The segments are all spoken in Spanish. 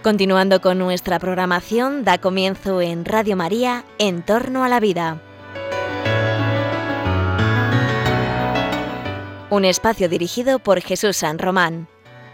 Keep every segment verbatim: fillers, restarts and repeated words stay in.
Continuando con nuestra programación, da comienzo en Radio María, En torno a la vida. Un espacio dirigido por Jesús San Román.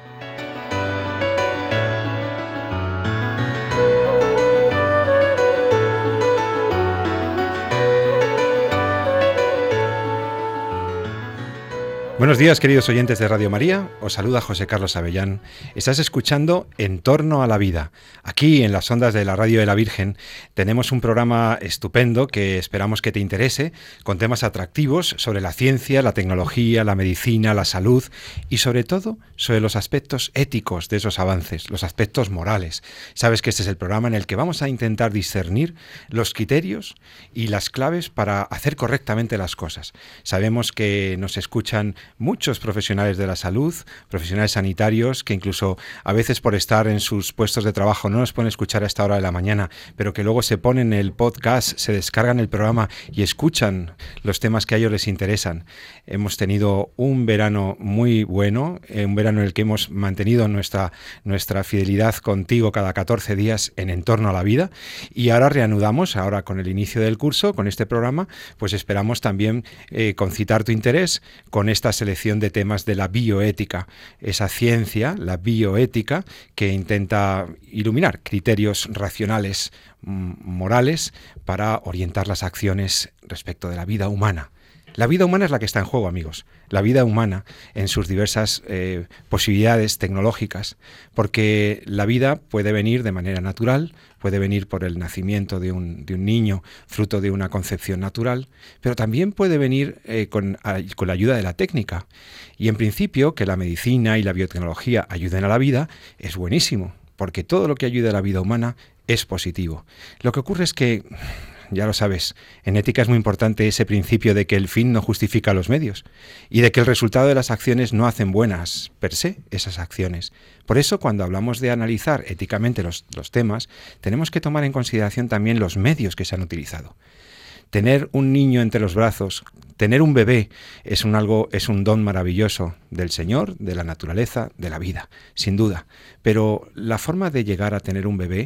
Buenos días, queridos oyentes de Radio María, os saluda José Carlos Avellán. Estás escuchando En torno a la vida. Aquí, en las ondas de la Radio de la Virgen, tenemos un programa estupendo que esperamos que te interese, con temas atractivos sobre la ciencia, la tecnología, la medicina, la salud y sobre todo sobre los aspectos éticos de esos avances, los aspectos morales. Sabes que este es el programa en el que vamos a intentar discernir los criterios y las claves para hacer correctamente las cosas. Sabemos que nos escuchan muchos profesionales de la salud, profesionales sanitarios, que incluso a veces por estar en sus puestos de trabajo no nos pueden escuchar a esta hora de la mañana, pero que luego se ponen el podcast, se descargan el programa y escuchan los temas que a ellos les interesan. Hemos tenido un verano muy bueno, eh, un verano en el que hemos mantenido nuestra, nuestra fidelidad contigo cada catorce días en En torno a la vida, y ahora reanudamos, ahora con el inicio del curso, con este programa, pues esperamos también eh, concitar tu interés con esta selección de temas de la bioética, esa ciencia, la bioética, que intenta iluminar criterios racionales, morales, para orientar las acciones respecto de la vida humana. La vida humana es la que está en juego, amigos. La vida humana en sus diversas eh, posibilidades tecnológicas, porque la vida puede venir de manera natural, puede venir por el nacimiento de un, de un niño, fruto de una concepción natural, pero también puede venir eh, con, a, con la ayuda de la técnica. Y en principio, que la medicina y la biotecnología ayuden a la vida es buenísimo, porque todo lo que ayude a la vida humana es positivo. Lo que ocurre es que, ya lo sabes, en ética es muy importante ese principio de que el fin no justifica los medios y de que el resultado de las acciones no hacen buenas per se esas acciones. Por eso, cuando hablamos de analizar éticamente los, los temas, tenemos que tomar en consideración también los medios que se han utilizado. Tener un niño entre los brazos, tener un bebé, es un, algo, es un don maravilloso del Señor, de la naturaleza, de la vida, sin duda. Pero la forma de llegar a tener un bebé,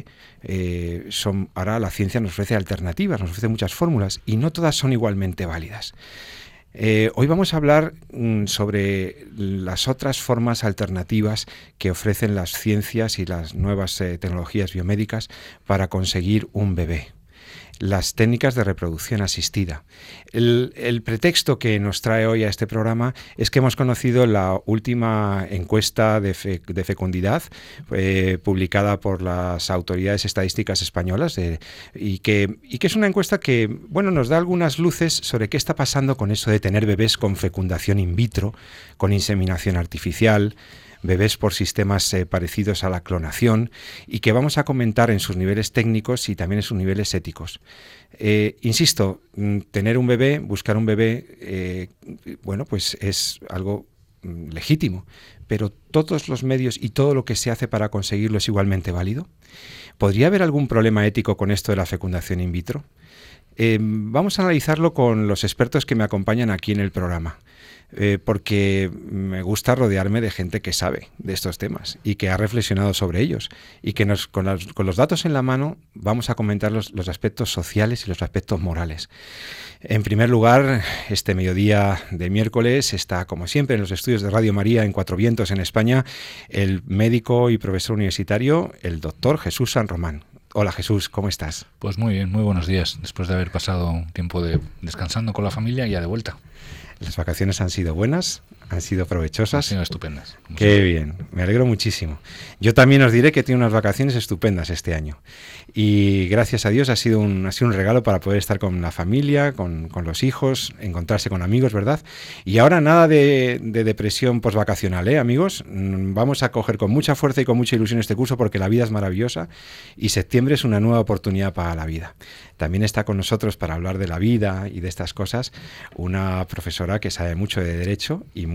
eh, son, ahora la ciencia nos ofrece alternativas, nos ofrece muchas fórmulas, y no todas son igualmente válidas. Eh, hoy vamos a hablar mm, sobre las otras formas alternativas que ofrecen las ciencias y las nuevas eh, tecnologías biomédicas para conseguir un bebé. Las técnicas de reproducción asistida. El, el pretexto que nos trae hoy a este programa es que hemos conocido la última encuesta de, fe, de fecundidad eh, publicada por las autoridades estadísticas españolas eh, y, que, y que es una encuesta que, bueno, nos da algunas luces sobre qué está pasando con eso de tener bebés con fecundación in vitro, con inseminación artificial, bebés por sistemas eh, parecidos a la clonación, y que vamos a comentar en sus niveles técnicos y también en sus niveles éticos. Eh, insisto, tener un bebé, buscar un bebé, eh, bueno, pues es algo mm, legítimo, pero ¿todos los medios y todo lo que se hace para conseguirlo es igualmente válido? ¿Podría haber algún problema ético con esto de la fecundación in vitro? Eh, vamos a analizarlo con los expertos que me acompañan aquí en el programa. Eh, porque me gusta rodearme de gente que sabe de estos temas y que ha reflexionado sobre ellos, y que nos, con, las, con los datos en la mano vamos a comentar los, los aspectos sociales y los aspectos morales. En primer lugar, este mediodía de miércoles está, como siempre, en los estudios de Radio María en Cuatro Vientos, en España, el médico y profesor universitario, el doctor Jesús San Román. Hola Jesús, ¿cómo estás? Pues muy bien, muy buenos días, después de haber pasado un tiempo de descansando con la familia, ya de vuelta. Las vacaciones han sido buenas, han sido provechosas. Han sido estupendas. Qué bien, me alegro muchísimo. Yo también os diré que he tenido unas vacaciones estupendas este año. Y gracias a Dios ha sido un, ha sido un regalo para poder estar con la familia, con, con los hijos, encontrarse con amigos, ¿verdad? Y ahora nada de, de depresión posvacacional, ¿eh, amigos? Vamos a coger con mucha fuerza y con mucha ilusión este curso, porque la vida es maravillosa y septiembre es una nueva oportunidad para la vida. También está con nosotros para hablar de la vida y de estas cosas una profesora que sabe mucho de Derecho y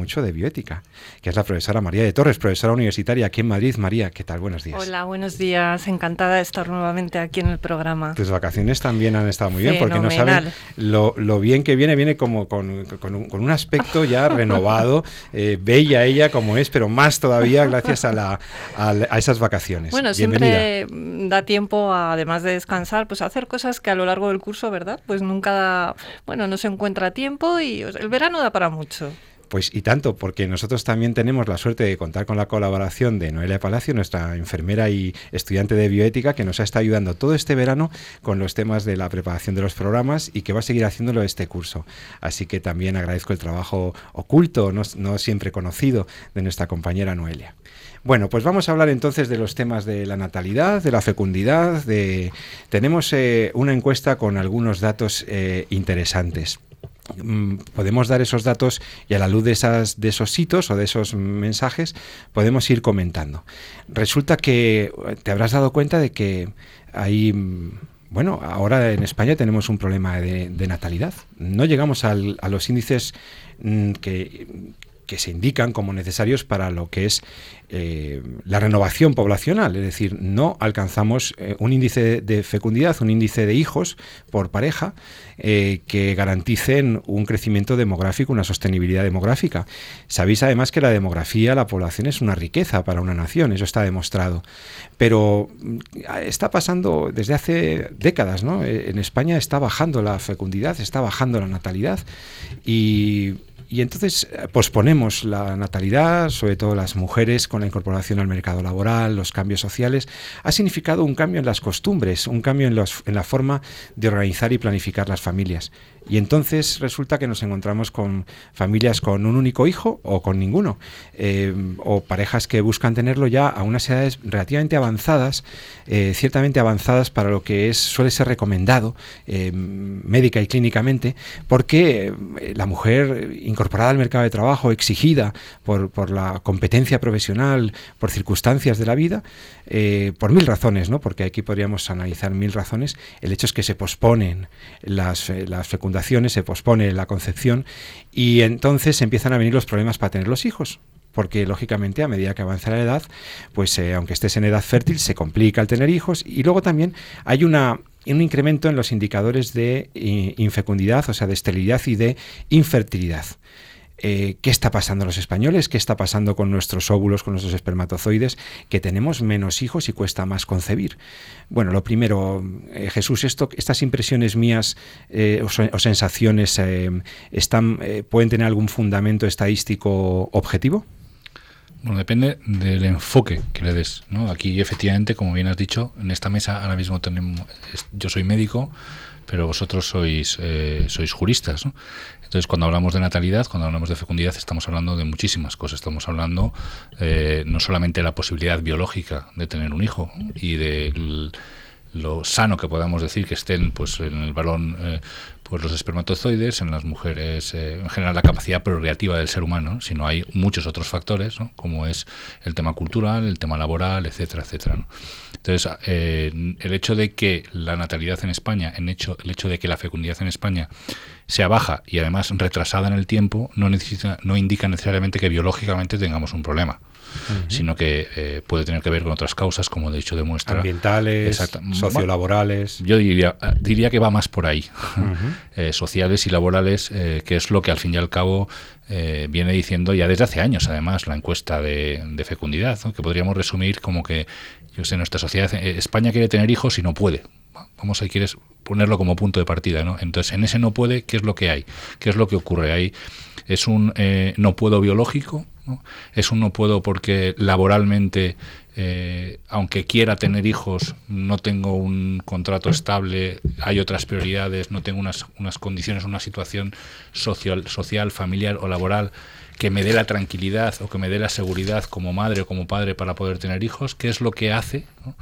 mucho de bioética, que es la profesora María de Torres, profesora universitaria aquí en Madrid. María, ¿qué tal? Buenos días. Hola, buenos días. Encantada de estar nuevamente aquí en el programa. Tus vacaciones también han estado muy bien, porque no saben lo, lo bien que viene, viene como con, con, un, con un aspecto ya renovado, eh, bella ella como es, pero más todavía gracias a, la, a, a esas vacaciones. Bueno, Bienvenida. Siempre da tiempo, a, además de descansar, pues a hacer cosas que a lo largo del curso, ¿verdad? Pues nunca da, bueno, no se encuentra tiempo y el verano da para mucho. Pues y tanto, porque nosotros también tenemos la suerte de contar con la colaboración de Noelia Palacio, nuestra enfermera y estudiante de bioética, que nos está ayudando todo este verano con los temas de la preparación de los programas y que va a seguir haciéndolo este curso. Así que también agradezco el trabajo oculto, no, no siempre conocido, de nuestra compañera Noelia. Bueno, pues vamos a hablar entonces de los temas de la natalidad, de la fecundidad. De... Tenemos eh, una encuesta con algunos datos eh, interesantes. Podemos dar esos datos y a la luz de, esas, de esos hitos o de esos mensajes podemos ir comentando. Resulta que te habrás dado cuenta de que hay... Bueno, ahora en España tenemos un problema de, de natalidad. No llegamos al, a los índices mmm, que... que se indican como necesarios para lo que es eh, la renovación poblacional, es decir, no alcanzamos eh, un índice de fecundidad, un índice de hijos por pareja eh, que garanticen un crecimiento demográfico, una sostenibilidad demográfica. Sabéis además que la demografía, la población es una riqueza para una nación, eso está demostrado, pero está pasando desde hace décadas, ¿no? En España está bajando la fecundidad, está bajando la natalidad y Y entonces posponemos la natalidad, sobre todo las mujeres, con la incorporación al mercado laboral, los cambios sociales. Ha significado un cambio en las costumbres, un cambio en, los, en la forma de organizar y planificar las familias. Y entonces resulta que nos encontramos con familias con un único hijo o con ninguno, eh, o parejas que buscan tenerlo ya a unas edades relativamente avanzadas, eh, ciertamente avanzadas para lo que es suele ser recomendado eh, médica y clínicamente, porque eh, la mujer incorporada al mercado de trabajo, exigida por, por la competencia profesional, por circunstancias de la vida, eh, por mil razones, ¿no? Porque aquí podríamos analizar mil razones. El hecho es que se posponen las, eh, las fecundaciones, se pospone la concepción y entonces empiezan a venir los problemas para tener los hijos. Porque lógicamente a medida que avanza la edad, pues eh, aunque estés en edad fértil, se complica el tener hijos y luego también hay una un incremento en los indicadores de eh, infecundidad, o sea, de esterilidad y de infertilidad. Eh, ¿Qué está pasando a los españoles? ¿Qué está pasando con nuestros óvulos, con nuestros espermatozoides? Que tenemos menos hijos y cuesta más concebir. Bueno, lo primero, eh, Jesús, esto, estas impresiones mías eh, o, o sensaciones eh, están, eh, ¿pueden tener algún fundamento estadístico objetivo? Bueno, depende del enfoque que le des, ¿no? Aquí, efectivamente, como bien has dicho, en esta mesa ahora mismo tenemos, yo soy médico, pero vosotros sois eh, sois juristas, ¿no? Entonces, cuando hablamos de natalidad, cuando hablamos de fecundidad, estamos hablando de muchísimas cosas. Estamos hablando eh, no solamente de la posibilidad biológica de tener un hijo y de lo sano que podamos decir que estén, pues, en el varón, eh, pues los espermatozoides, en las mujeres, eh, en general la capacidad procreativa del ser humano, ¿no? Sino hay muchos otros factores, ¿no? Como es el tema cultural, el tema laboral, etcétera, etcétera, ¿no? Entonces, eh, el hecho de que la natalidad en España, en hecho, el hecho de que la fecundidad en España sea baja y además retrasada en el tiempo, no necesita, no indica necesariamente que biológicamente tengamos un problema. Uh-huh. Sino que eh, puede tener que ver con otras causas, como de hecho demuestra. Ambientales, sociolaborales. Yo diría, diría que va más por ahí. Uh-huh. eh, sociales y laborales, eh, que es lo que al fin y al cabo eh, viene diciendo ya desde hace años, además, la encuesta de, de fecundidad, ¿no? Que podríamos resumir como que, yo sé, nuestra sociedad, eh, España quiere tener hijos y no puede. Vamos, ahí quieres ponerlo como punto de partida, ¿no? Entonces, en ese no puede, ¿qué es lo que hay? ¿Qué es lo que ocurre ahí? Es un eh, no puedo biológico, ¿no? Es un no puedo porque laboralmente, eh, aunque quiera tener hijos, no tengo un contrato estable, hay otras prioridades, no tengo unas, unas condiciones, una situación social, social, familiar o laboral que me dé la tranquilidad o que me dé la seguridad como madre o como padre para poder tener hijos. ¿Qué es lo que hace, ¿no?,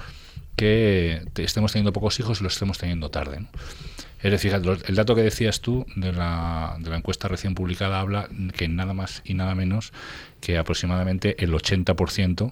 que estemos teniendo pocos hijos y los estemos teniendo tarde, ¿no? Es decir, el dato que decías tú de la, de la encuesta recién publicada habla que nada más y nada menos que aproximadamente el ochenta por ciento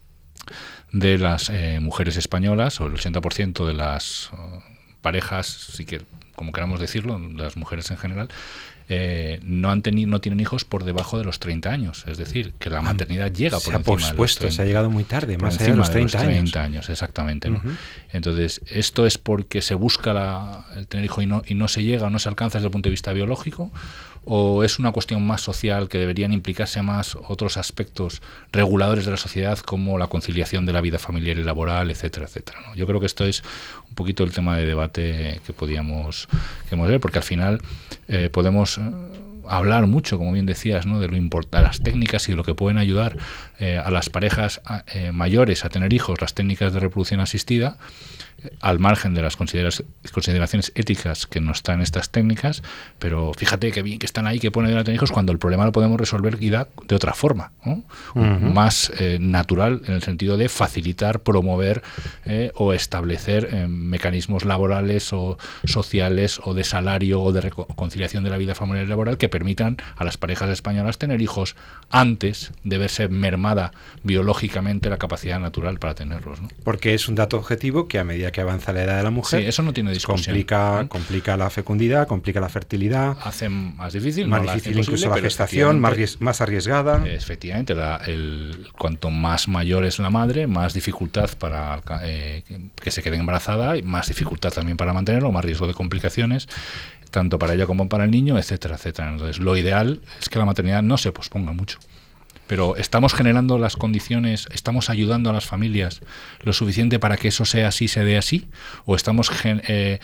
de las eh, mujeres españolas, o el ochenta por ciento de las uh, parejas, si que, como queramos decirlo, de las mujeres en general, eh, no han tenido, no tienen hijos por debajo de los treinta años. Es decir, que la maternidad llega se por ha encima pospuesto, de los treinta. Se ha llegado muy tarde, más allá de los treinta, de los treinta años. años, exactamente. ¿no? Uh-huh. Entonces, esto es porque se busca la, el tener hijo y no, y no se llega, o no se alcanza desde el punto de vista biológico, o es una cuestión más social que deberían implicarse más otros aspectos reguladores de la sociedad como la conciliación de la vida familiar y laboral, etcétera, etcétera, ¿no? Yo creo que esto es un poquito el tema de debate que podíamos que ver, porque al final eh, podemos hablar mucho, como bien decías, ¿no? de lo importante, de las técnicas y de lo que pueden ayudar eh, a las parejas eh, mayores a tener hijos, las técnicas de reproducción asistida, al margen de las consideraciones éticas que no están estas técnicas, pero fíjate que bien que están ahí, que ponen de tener hijos, cuando el problema lo podemos resolver quizá de otra forma, ¿no? Uh-huh. Más eh, natural, en el sentido de facilitar, promover eh, o establecer eh, mecanismos laborales o sociales o de salario o de reconciliación de la vida familiar y laboral que permitan a las parejas españolas tener hijos antes de verse mermada biológicamente la capacidad natural para tenerlos, ¿no? Porque es un dato objetivo que a medida que avanza la edad de la mujer, sí, eso no tiene discusión, complica, ¿eh? complica la fecundidad, complica la fertilidad, hace más difícil, más no difícil la incluso la gestación, más, ries- más arriesgada. Efectivamente, la, el, cuanto más mayor es la madre, más dificultad para eh, que se quede embarazada, y más dificultad también para mantenerlo, más riesgo de complicaciones, tanto para ella como para el niño, etcétera, etcétera. Entonces, lo ideal es que la maternidad no se posponga mucho. Pero ¿estamos generando las condiciones, estamos ayudando a las familias lo suficiente para que eso sea así, se dé así? ¿O estamos, eh,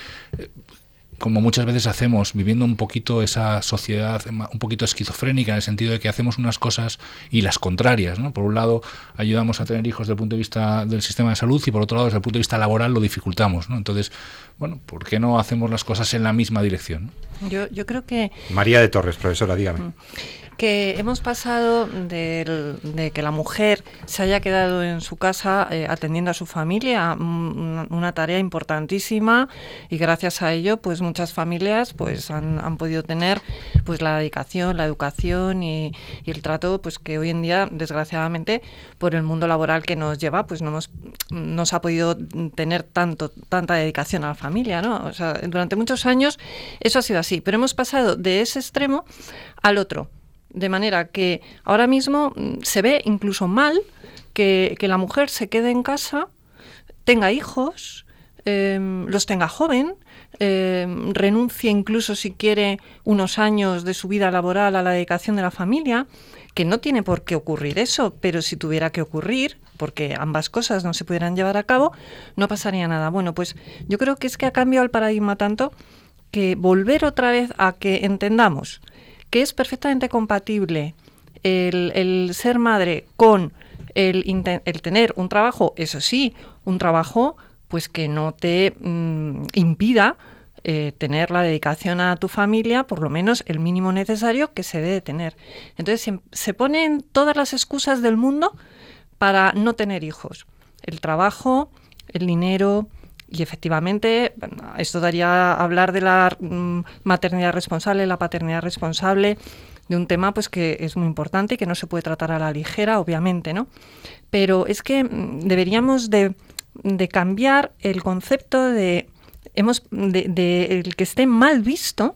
como muchas veces hacemos, viviendo un poquito esa sociedad un poquito esquizofrénica, en el sentido de que hacemos unas cosas y las contrarias, ¿no? Por un lado, ayudamos a tener hijos desde el punto de vista del sistema de salud y por otro lado, desde el punto de vista laboral, lo dificultamos, ¿no? Entonces, bueno, ¿por qué no hacemos las cosas en la misma dirección, ¿no? Yo, yo creo que... María de Torres, profesora, dígame. Que hemos pasado de, de que la mujer se haya quedado en su casa eh, atendiendo a su familia, una, una tarea importantísima, y gracias a ello pues muchas familias pues han, han podido tener pues la dedicación, la educación y, y el trato pues que hoy en día, desgraciadamente, por el mundo laboral que nos lleva, pues no hemos no se ha podido tener tanto tanta dedicación a la familia, ¿no? O sea, durante muchos años eso ha sido así, pero hemos pasado de ese extremo al otro. De manera que ahora mismo se ve incluso mal que, que la mujer se quede en casa, tenga hijos, eh, los tenga joven, eh, renuncie incluso si quiere unos años de su vida laboral a la dedicación de la familia, que no tiene por qué ocurrir eso, pero si tuviera que ocurrir, porque ambas cosas no se pudieran llevar a cabo, no pasaría nada. Bueno, pues yo creo que es que ha cambiado el paradigma tanto que volver otra vez a que entendamos que es perfectamente compatible el, el ser madre con el, el tener un trabajo, eso sí, un trabajo pues que no te mmm, impida eh, tener la dedicación a tu familia, por lo menos el mínimo necesario que se debe tener. Entonces se, se ponen todas las excusas del mundo para no tener hijos. El trabajo, el dinero... Y efectivamente, esto daría a hablar de la mm, maternidad responsable, la paternidad responsable, de un tema pues que es muy importante y que no se puede tratar a la ligera, obviamente, ¿no? Pero es que mm, deberíamos de, de cambiar el concepto de, hemos, de, de el que esté mal visto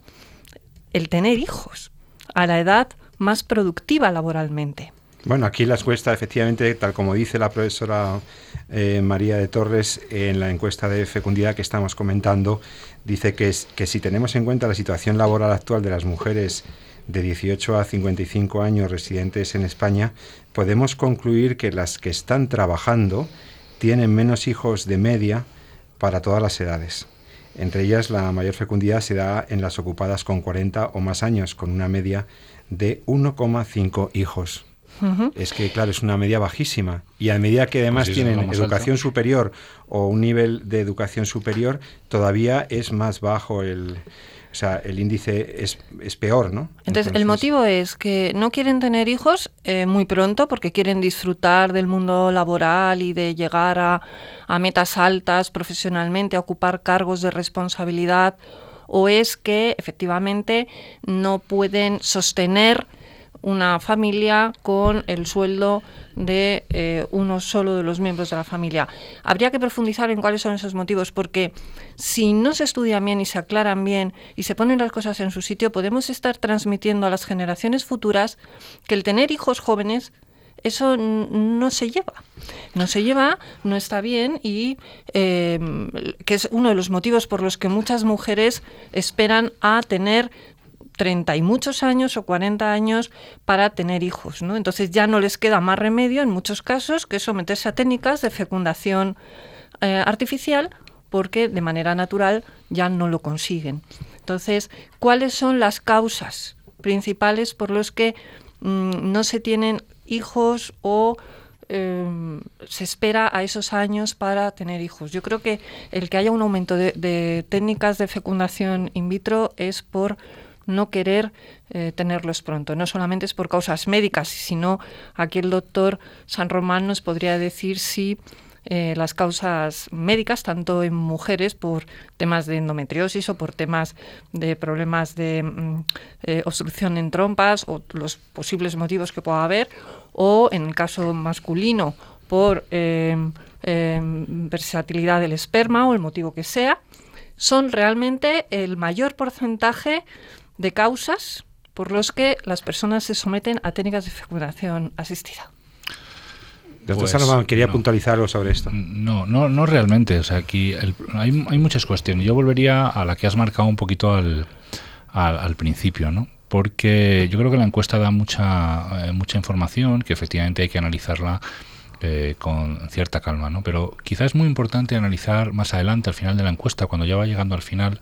el tener hijos a la edad más productiva laboralmente. Bueno, aquí la encuesta, efectivamente, tal como dice la profesora eh, María de Torres, en la encuesta de fecundidad que estamos comentando, dice que, es, que si tenemos en cuenta la situación laboral actual de las mujeres de dieciocho a cincuenta y cinco años residentes en España, podemos concluir que las que están trabajando tienen menos hijos de media para todas las edades. Entre ellas, la mayor fecundidad se da en las ocupadas con cuarenta o más años, con una media de uno coma cinco hijos. Uh-huh. Es que, claro, es una media bajísima. Y a medida que además pues sí, tienen educación alto. superior o un nivel de educación superior, todavía es más bajo el... O sea, el índice es, es peor, ¿no? Entonces, Entonces, el motivo es que no quieren tener hijos eh, muy pronto porque quieren disfrutar del mundo laboral y de llegar a, a metas altas profesionalmente, a ocupar cargos de responsabilidad, o es que, efectivamente, no pueden sostener una familia con el sueldo de eh, uno solo de los miembros de la familia. Habría que profundizar en cuáles son esos motivos, porque si no se estudian bien y se aclaran bien y se ponen las cosas en su sitio, podemos estar transmitiendo a las generaciones futuras que el tener hijos jóvenes, eso no se lleva, no se lleva, no está bien, y eh, que es uno de los motivos por los que muchas mujeres esperan a tener treinta y muchos años o cuarenta años para tener hijos, ¿no? Entonces ya no les queda más remedio en muchos casos que someterse a técnicas de fecundación eh, artificial, porque de manera natural ya no lo consiguen. Entonces, ¿cuáles son las causas principales por las que mmm, no se tienen hijos o eh, se espera a esos años para tener hijos? Yo creo que el que haya un aumento de, de técnicas de fecundación in vitro es por no querer eh, tenerlos pronto. No solamente es por causas médicas, sino aquí el doctor San Román nos podría decir si eh, las causas médicas, tanto en mujeres por temas de endometriosis o por temas de problemas de mm, eh, obstrucción en trompas o los posibles motivos que pueda haber, o en el caso masculino por eh, eh, versatilidad del esperma o el motivo que sea, son realmente el mayor porcentaje de causas por los que las personas se someten a técnicas de fecundación asistida. Doctor Pues, Salomón, quería no. puntualizar algo sobre esto. No, no, no realmente. O sea, aquí el, hay, hay muchas cuestiones. Yo volvería a la que has marcado un poquito al, al, al principio, ¿no? Porque yo creo que la encuesta da mucha, eh, mucha información, que efectivamente hay que analizarla eh, con cierta calma, ¿no? Pero quizás es muy importante analizar más adelante, al final de la encuesta, cuando ya va llegando al final,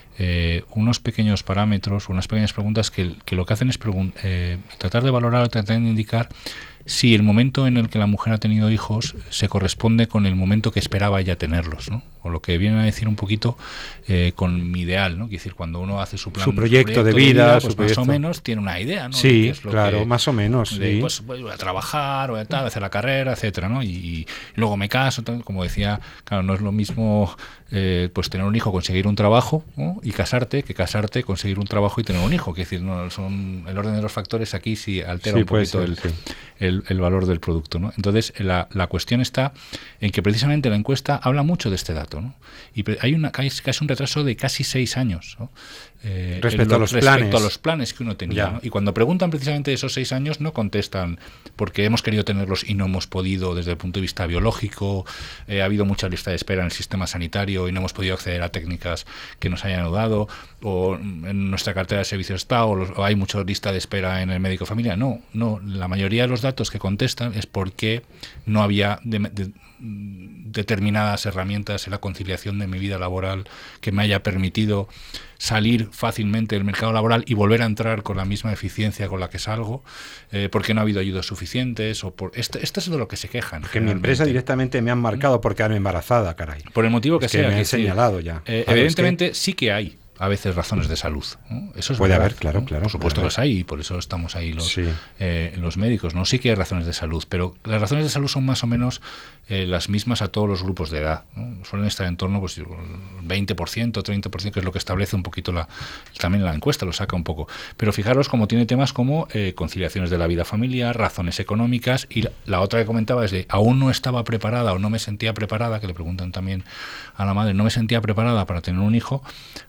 Eh, unos pequeños parámetros, unas pequeñas preguntas que, que lo que hacen es pregun- eh, tratar de valorar o tratar de indicar si el momento en el que la mujer ha tenido hijos se corresponde con el momento que esperaba ella tenerlos, ¿no? O lo que viene a decir un poquito eh, con mi ideal, ¿no? Es decir, cuando uno hace su plan, su proyecto, su proyecto de vida, de vida su pues proyecto... más o menos tiene una idea, ¿no? Sí, de es lo claro, que, más o menos. de, Sí. pues voy a trabajar, voy a, tal, a hacer la carrera, etcétera, ¿no? Y, y luego me caso, tal, como decía, claro, no es lo mismo eh, pues tener un hijo, conseguir un trabajo, ¿no? Y casarte, que casarte, conseguir un trabajo y tener un hijo. Que decir, no, son el orden de los factores aquí sí altera Sí, un poquito ser, el, sí. el, el valor del producto, ¿no? Entonces, la, la cuestión está en que precisamente la encuesta habla mucho de este dato, ¿no? Y pre- hay una casi, casi un retraso de casi seis años, ¿no? Eh, respecto lo, a los respecto planes. a los planes que uno tenía, ¿no? Y cuando preguntan precisamente esos seis años, no contestan porque hemos querido tenerlos y no hemos podido desde el punto de vista biológico, eh, ha habido mucha lista de espera en el sistema sanitario y no hemos podido acceder a técnicas que nos hayan ayudado, o en nuestra cartera de servicios está, o, los, o hay mucha lista de espera en el médico familiar. No, no, la mayoría de los datos que contestan es porque no había de, de, determinadas herramientas en la conciliación de mi vida laboral que me haya permitido salir fácilmente del mercado laboral y volver a entrar con la misma eficiencia con la que salgo, eh, porque no ha habido ayudas suficientes, o por esto, esto es de lo que se quejan. Que mi empresa directamente me han marcado por quedarme embarazada, caray. Por el motivo que es que sea. me que han sí, señalado ya. Eh, Claro, evidentemente es que... sí que hay a veces razones de salud, ¿no? Eso es Puede verdad, haber, claro, ¿no? claro. Por supuesto puede las hay y por eso estamos ahí los, sí. eh, los médicos, ¿no? Sí que hay razones de salud, pero las razones de salud son más o menos eh, las mismas a todos los grupos de edad, ¿no? Suelen estar en torno pues veinte por ciento, treinta por ciento, que es lo que establece un poquito la, también la encuesta, lo saca un poco. Pero fijaros cómo tiene temas como eh, conciliaciones de la vida familiar, razones económicas, y la, la otra que comentaba es de aún no estaba preparada o no me sentía preparada, que le preguntan también a la madre, no me sentía preparada para tener un hijo,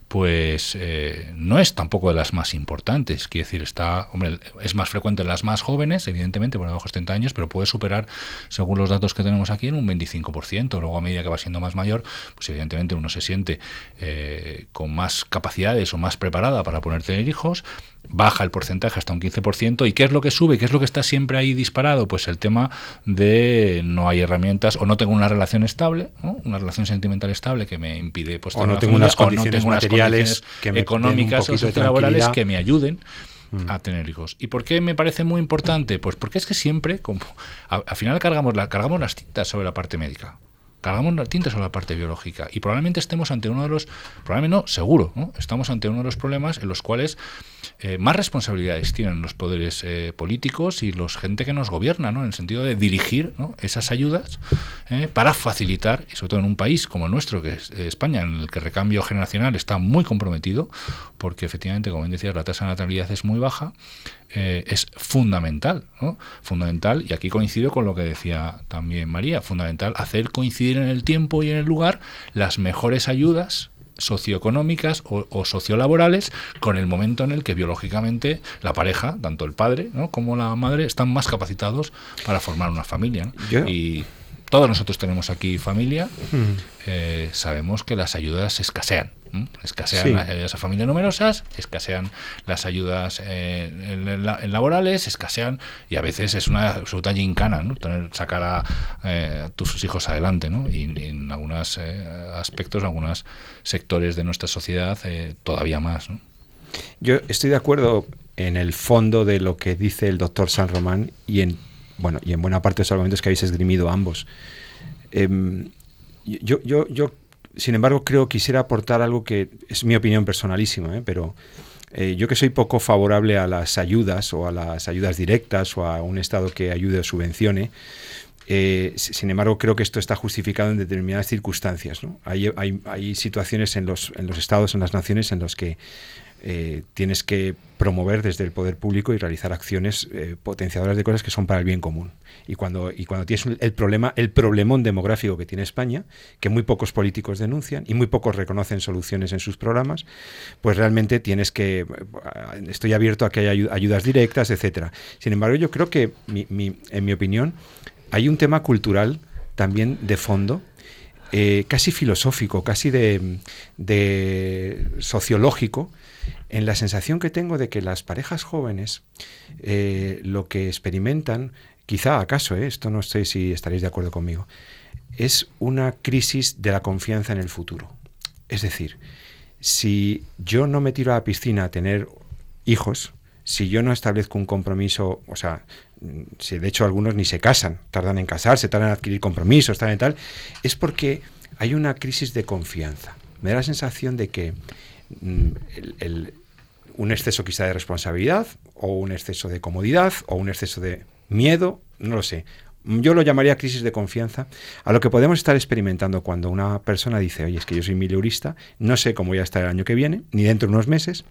pues eh, no es tampoco de las más importantes. Quiere decir, está, hombre, es más frecuente en las más jóvenes, evidentemente, por debajo de setenta años, pero puede superar, según los datos que tenemos aquí, en un veinticinco por ciento. Luego, a medida que va siendo más mayor, pues evidentemente uno se siente eh, con más capacidades o más preparada para poder tener hijos, baja el porcentaje hasta un quince por ciento. ¿Y qué es lo que sube? ¿Qué es lo que está siempre ahí disparado? Pues el tema de no hay herramientas, o no tengo una relación estable, ¿no? Una relación sentimental estable que me impide pues, o no una tengo familia, unas condiciones o no tengo unas materiales condiciones que me económicas o sociolaborales que me ayuden mm. a tener hijos. ¿Y por qué me parece muy importante? Pues porque es que siempre, como a- al final cargamos, la, cargamos las tintas sobre la parte médica. Cargamos las tintas sobre la parte biológica y probablemente estemos ante uno de los, probablemente no, seguro, ¿no? Estamos ante uno de los problemas en los cuales eh, más responsabilidades tienen los poderes eh, políticos y los gente que nos gobierna, ¿no? En el sentido de dirigir, ¿no? Esas ayudas eh, para facilitar, y sobre todo en un país como el nuestro, que es eh, España, en el que el recambio generacional está muy comprometido, porque efectivamente, como bien decías, la tasa de natalidad es muy baja, eh, es fundamental, ¿no? Fundamental, y aquí coincido con lo que decía también María, fundamental hacer coincidir en el tiempo y en el lugar las mejores ayudas socioeconómicas o, o sociolaborales con el momento en el que biológicamente la pareja, tanto el padre, ¿no?, como la madre, están más capacitados para formar una familia, ¿no? Yo... Y todos nosotros tenemos aquí familia, Mm. eh, sabemos que las ayudas escasean. ¿Mm? Escasean Sí. las ayudas a familias numerosas, escasean las ayudas eh, en, en, en laborales, escasean, y a veces es una absoluta gincana, ¿no?, tener, sacar a, eh, a tus hijos adelante, ¿no? Y, y en algunos eh, aspectos, en algunos sectores de nuestra sociedad, eh, todavía más, ¿no? Yo estoy de acuerdo en el fondo de lo que dice el doctor San Román y en, bueno, y en buena parte de los argumentos que habéis esgrimido ambos. Eh, yo, yo, yo Sin embargo, creo que quisiera aportar algo que es mi opinión personalísima, ¿eh? pero eh, yo que soy poco favorable a las ayudas o a las ayudas directas o a un Estado que ayude o subvencione, eh, sin embargo, creo que esto está justificado en determinadas circunstancias, ¿no? Hay, hay, hay situaciones en los, en los Estados, en las naciones, en los que eh, tienes que promover desde el poder público y realizar acciones eh, potenciadoras de cosas que son para el bien común. Y cuando, y cuando tienes el problema, el problemón demográfico que tiene España, que muy pocos políticos denuncian y muy pocos reconocen soluciones en sus programas, pues realmente tienes que, estoy abierto a que haya ayudas directas, etcétera. Sin embargo, yo creo que, mi, mi, en mi opinión, hay un tema cultural también de fondo, eh, casi filosófico, casi de, de sociológico, en la sensación que tengo de que las parejas jóvenes eh, lo que experimentan, quizá acaso, eh, esto no sé si estaréis de acuerdo conmigo, es una crisis de la confianza en el futuro. Es decir, si yo no me tiro a la piscina a tener hijos, si yo no establezco un compromiso, o sea, si de hecho algunos ni se casan, tardan en casarse, tardan en adquirir compromisos, tardan en tal, es porque hay una crisis de confianza. Me da la sensación de que mm, el, el, un exceso quizá de responsabilidad, o un exceso de comodidad, o un exceso de miedo, no lo sé. Yo lo llamaría crisis de confianza, a lo que podemos estar experimentando cuando una persona dice, oye, es que yo soy mileurista, no sé cómo voy a estar el año que viene, ni dentro de unos meses,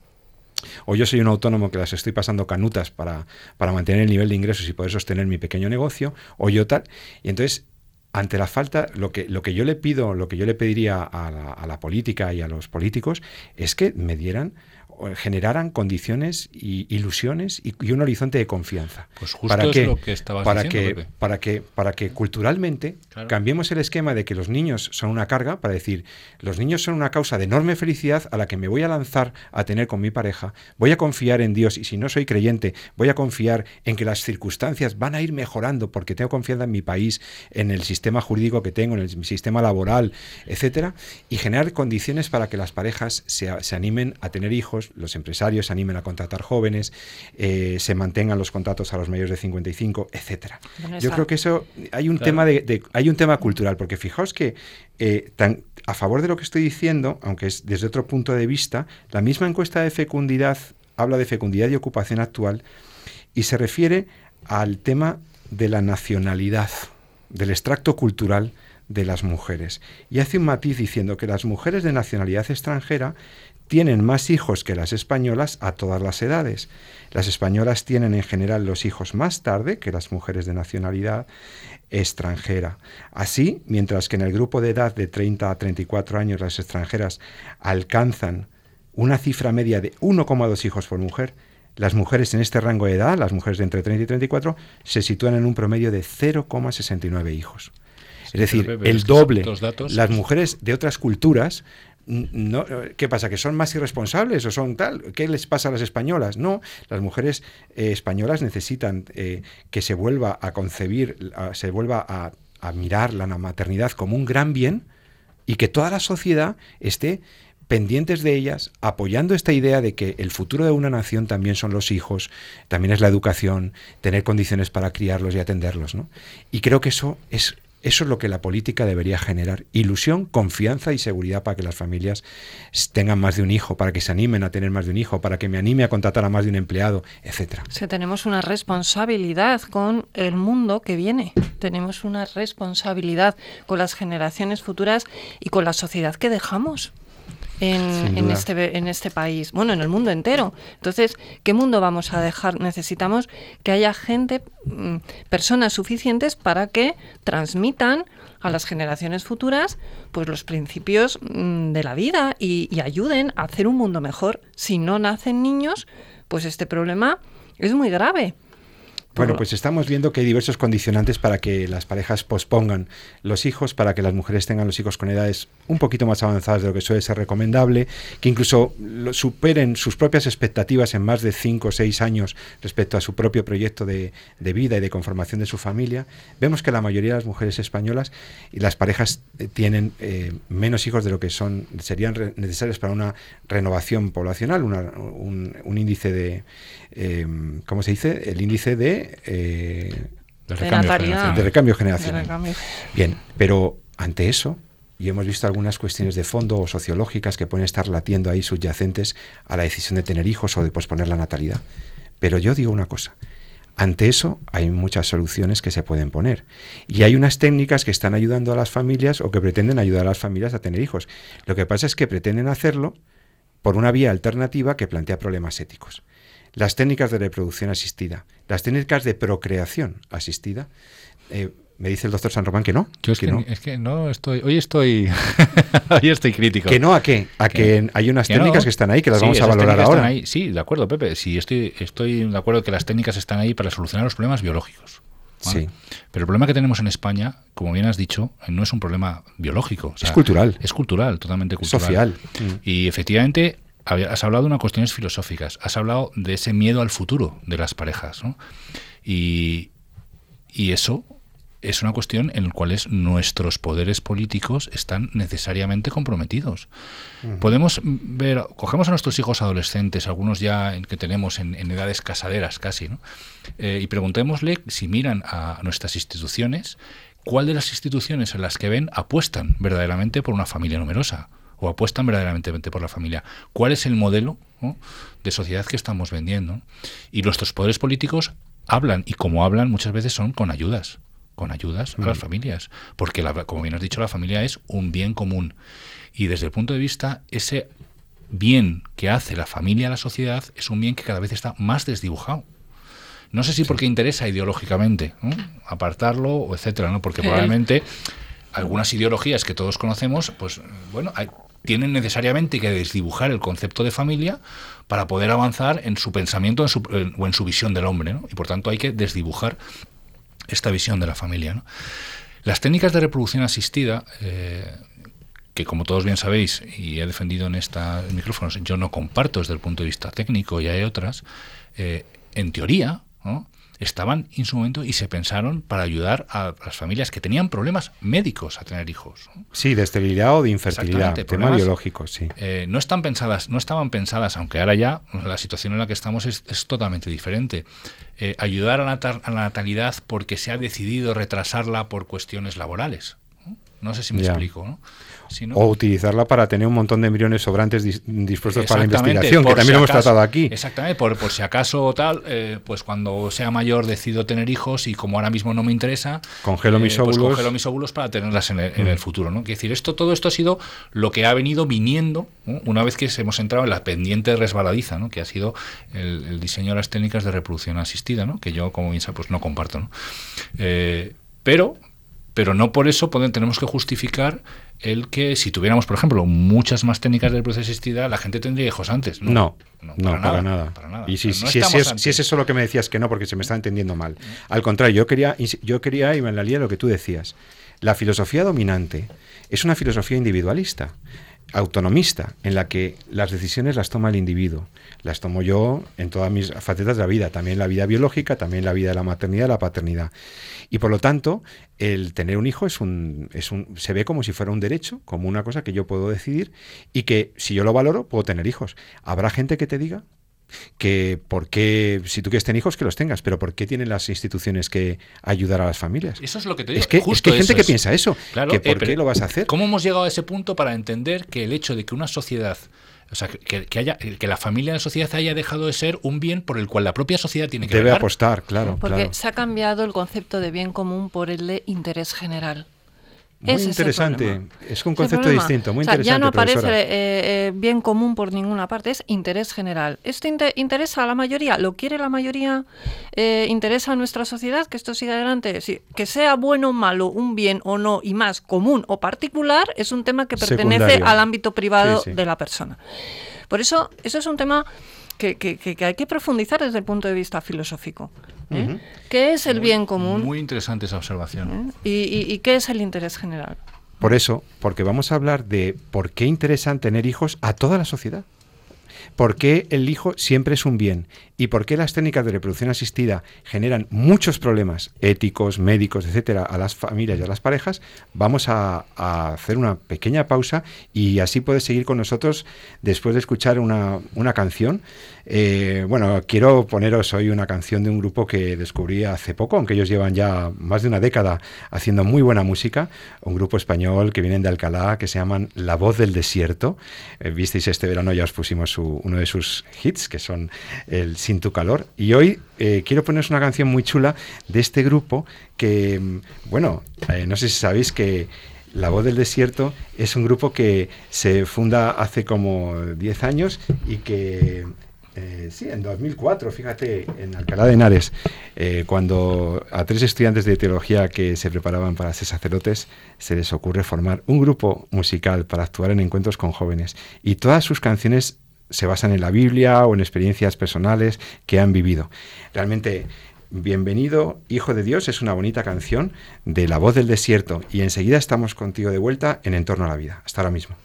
o yo soy un autónomo que las estoy pasando canutas para, para mantener el nivel de ingresos y poder sostener mi pequeño negocio, o yo tal, y entonces, ante la falta, lo que, lo que yo le pido, lo que yo le pediría a la, a la política y a los políticos es que me dieran, generaran condiciones y ilusiones y, y un horizonte de confianza. Pues justo para es que, lo que estabas para diciendo, que, Pepe. para que para que culturalmente Claro. cambiemos el esquema de que los niños son una carga, para decir, los niños son una causa de enorme felicidad a la que me voy a lanzar a tener con mi pareja, voy a confiar en Dios y si no soy creyente, voy a confiar en que las circunstancias van a ir mejorando porque tengo confianza en mi país, en el sistema jurídico que tengo, en el sistema laboral, etcétera, y generar condiciones para que las parejas se, se animen a tener hijos, los empresarios se animen a contratar jóvenes, eh, se mantengan los contratos a los mayores de cincuenta y cinco, etcétera. Bueno, Yo esa... creo que eso hay un Claro. tema de, de hay un tema cultural, porque fijaos que eh, tan, a favor de lo que estoy diciendo, aunque es desde otro punto de vista, la misma encuesta de fecundidad habla de fecundidad y ocupación actual y se refiere al tema de la nacionalidad, del extracto cultural de las mujeres. Y hace un matiz diciendo que las mujeres de nacionalidad extranjera tienen más hijos que las españolas a todas las edades. Las españolas tienen en general los hijos más tarde que las mujeres de nacionalidad extranjera. Así, mientras que en el grupo de edad de treinta a treinta y cuatro años las extranjeras alcanzan una cifra media de uno coma dos hijos por mujer, las mujeres en este rango de edad, las mujeres de entre treinta y treinta y cuatro, se sitúan en un promedio de cero coma sesenta y nueve hijos. Es decir, Pepe, el es que doble. estos datos- Las mujeres de otras culturas, no, ¿qué pasa? ¿Que son más irresponsables o son tal? ¿Qué les pasa a las españolas? No, las mujeres eh, españolas necesitan eh, que se vuelva a concebir, a, se vuelva a, a mirar la maternidad como un gran bien y que toda la sociedad esté pendientes de ellas, apoyando esta idea de que el futuro de una nación también son los hijos, también es la educación, tener condiciones para criarlos y atenderlos, ¿no? Y creo que eso es Eso es lo que la política debería generar, ilusión, confianza y seguridad para que las familias tengan más de un hijo, para que se animen a tener más de un hijo, para que me anime a contratar a más de un empleado, etcétera. O sea, tenemos una responsabilidad con el mundo que viene, tenemos una responsabilidad con las generaciones futuras y con la sociedad que dejamos. en, en, este, en este país, bueno, en el mundo entero. Entonces, ¿qué mundo vamos a dejar? Necesitamos que haya gente, personas suficientes para que transmitan a las generaciones futuras pues los principios de la vida y, y ayuden a hacer un mundo mejor. Si no nacen niños, pues este problema es muy grave. Bueno, pues estamos viendo que hay diversos condicionantes para que las parejas pospongan los hijos, para que las mujeres tengan los hijos con edades un poquito más avanzadas de lo que suele ser recomendable, que incluso lo superen sus propias expectativas en más de cinco o seis años respecto a su propio proyecto de, de vida y de conformación de su familia. Vemos que la mayoría de las mujeres españolas y las parejas eh, tienen eh, menos hijos de lo que son serían re- necesarios para una renovación poblacional, una, un, un índice de... Eh, ¿cómo se dice? El índice de, eh, de, recambio recambio de recambio generacional. De recambio. Bien, pero ante eso, y hemos visto algunas cuestiones de fondo o sociológicas que pueden estar latiendo ahí subyacentes a la decisión de tener hijos o de posponer la natalidad. Pero yo digo una cosa, ante eso hay muchas soluciones que se pueden poner. Y hay unas técnicas que están ayudando a las familias o que pretenden ayudar a las familias a tener hijos. Lo que pasa es que pretenden hacerlo por una vía alternativa que plantea problemas éticos. Las técnicas de reproducción asistida, las técnicas de procreación asistida, eh, me dice el doctor San Román que no. Yo es que, que, no. es que no estoy, hoy estoy, hoy estoy crítico. ¿Que no a qué? A que, que hay unas que técnicas no. que están ahí que las sí, vamos a valorar ahora. Ahí. Sí, de acuerdo, Pepe. Sí, estoy, estoy de acuerdo que las técnicas están ahí para solucionar los problemas biológicos. ¿Vale? Sí. Pero el problema que tenemos en España, como bien has dicho, no es un problema biológico. O sea, es cultural. Es cultural, totalmente cultural. Social. Y efectivamente... has hablado de unas cuestiones filosóficas, has hablado de ese miedo al futuro de las parejas, ¿no? Y, y eso es una cuestión en la cual nuestros poderes políticos están necesariamente comprometidos. Uh-huh. Podemos ver, cogemos a nuestros hijos adolescentes, algunos ya que tenemos en, en edades casaderas casi, ¿no? Eh, y preguntémosle si miran a nuestras instituciones, ¿cuál de las instituciones en las que ven apuestan verdaderamente por una familia numerosa? O apuestan verdaderamente por la familia. ¿Cuál es el modelo, ¿no?, de sociedad que estamos vendiendo? Y nuestros poderes políticos hablan, y como hablan muchas veces son con ayudas, con ayudas mm. a las familias. Porque, la, como bien has dicho, la familia es un bien común. Y desde el punto de vista, ese bien que hace la familia a la sociedad es un bien que cada vez está más desdibujado. No sé si sí. porque interesa ideológicamente, ¿no?, apartarlo, o etcétera, ¿no? Porque probablemente algunas ideologías que todos conocemos, pues bueno, hay, tienen necesariamente que desdibujar el concepto de familia para poder avanzar en su pensamiento en su, en, o en su visión del hombre, ¿no? Y por tanto hay que desdibujar esta visión de la familia, ¿no? Las técnicas de reproducción asistida, eh, que como todos bien sabéis, y he defendido en estos micrófonos, yo no comparto desde el punto de vista técnico, y hay otras, eh, en teoría, ¿no?, estaban en su momento y se pensaron para ayudar a las familias que tenían problemas médicos a tener hijos. Sí, de esterilidad o de infertilidad, tema biológico, sí. Eh, no están pensadas, no estaban pensadas, aunque ahora ya la situación en la que estamos es, es totalmente diferente. Eh, ayudar a la, a la natalidad porque se ha decidido retrasarla por cuestiones laborales. No, no sé si me ya. explico, ¿no? Si no, o utilizarla para tener un montón de embriones sobrantes dis- dispuestos para la investigación, que también si lo hemos acaso, tratado aquí. Exactamente, por, por si acaso o tal, eh, pues cuando sea mayor decido tener hijos y como ahora mismo no me interesa, congelo eh, mis óvulos. Pues congelo mis óvulos para tenerlas en el, en mm. el futuro, ¿no? Quiere decir, esto, todo esto ha sido lo que ha venido viniendo, ¿no?, una vez que hemos entrado en la pendiente resbaladiza, ¿no?, que ha sido el, el diseño de las técnicas de reproducción asistida, ¿no?, que yo, como bien sabes, pues no comparto, ¿no? Eh, pero... Pero no por eso podemos, tenemos que justificar el que si tuviéramos, por ejemplo, muchas más técnicas de reproducción asistida, la gente tendría hijos antes. No, no, no, no para, para, nada, nada. para nada. Y si, no si, es, si es eso lo que me decías que no, porque se me está entendiendo mal. Al contrario, yo quería, yo quería irme en la línea de lo que tú decías. La filosofía dominante es una filosofía individualista, autonomista, en la que las decisiones las toma el individuo. Las tomo yo en todas mis facetas de la vida, también la vida biológica, también la vida de la maternidad, la paternidad. Y por lo tanto, el tener un hijo es un, es un, se ve como si fuera un derecho, como una cosa que yo puedo decidir y que si yo lo valoro, puedo tener hijos. Habrá gente que te diga que por qué, si tú quieres tener hijos, que los tengas, pero ¿por qué tienen las instituciones que ayudar a las familias? Eso es lo que te digo. Es que, Justo es que hay gente es. que piensa eso, claro, que ¿por eh, qué lo vas a hacer? ¿Cómo hemos llegado a ese punto para entender que el hecho de que una sociedad, o sea, que, que haya que la familia en la sociedad haya dejado de ser un bien por el cual la propia sociedad tiene que debe velar? apostar, claro. Porque claro. se ha cambiado el concepto de bien común por el de interés general. Muy Ese interesante, es, es un concepto distinto, muy o sea, interesante. Ya no aparece profesora. eh, eh, bien común por ninguna parte, es interés general. ¿Esto inter- interesa a la mayoría? ¿Lo quiere la mayoría? Eh, ¿Interesa a nuestra sociedad que esto siga adelante? Sí, que sea bueno o malo, un bien o no, y más común o particular, es un tema que pertenece Secundario. al ámbito privado Sí, sí. de la persona. Por eso, eso es un tema que, que, que, que hay que profundizar desde el punto de vista filosófico. ¿eh? Uh-huh. ¿Qué es el muy, bien común? Muy interesante esa observación. ¿eh? ¿Y, y, ¿Y qué es el interés general? Por eso, porque vamos a hablar de por qué interesan tener hijos a toda la sociedad. ¿Por qué el hijo siempre es un bien? ¿Y por qué las técnicas de reproducción asistida generan muchos problemas éticos, médicos, etcétera, a las familias y a las parejas? Vamos a, a hacer una pequeña pausa y así puedes seguir con nosotros después de escuchar una, una canción. Eh, bueno, quiero poneros hoy una canción de un grupo que descubrí hace poco, aunque ellos llevan ya más de una década haciendo muy buena música, un grupo español que vienen de Alcalá, que se llaman La Voz del Desierto. Eh, visteis este verano, ya os pusimos su, uno de sus hits, que son el Sin tu calor, y hoy eh, quiero poneros una canción muy chula de este grupo que, bueno, eh, no sé si sabéis que La Voz del Desierto es un grupo que se funda hace como diez años y que Eh, sí, en dos mil cuatro, fíjate, en Alcalá de Henares, eh, cuando a tres estudiantes de teología que se preparaban para ser sacerdotes se les ocurre formar un grupo musical para actuar en encuentros con jóvenes. Y todas sus canciones se basan en la Biblia o en experiencias personales que han vivido. Realmente, Bienvenido, Hijo de Dios, es una bonita canción de La Voz del Desierto. Y enseguida estamos contigo de vuelta en Entorno a la Vida. Hasta ahora mismo.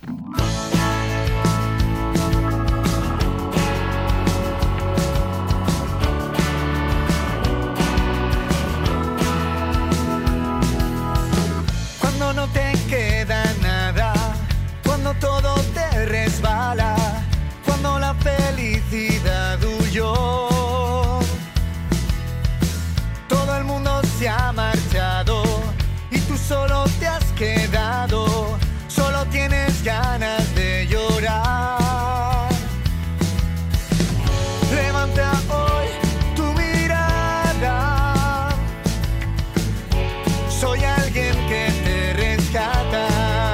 Todo te resbala, cuando la felicidad huyó, todo el mundo se ha marchado y tú solo te has quedado, solo tienes ganas de llorar. Levanta hoy tu mirada, soy alguien que te rescata,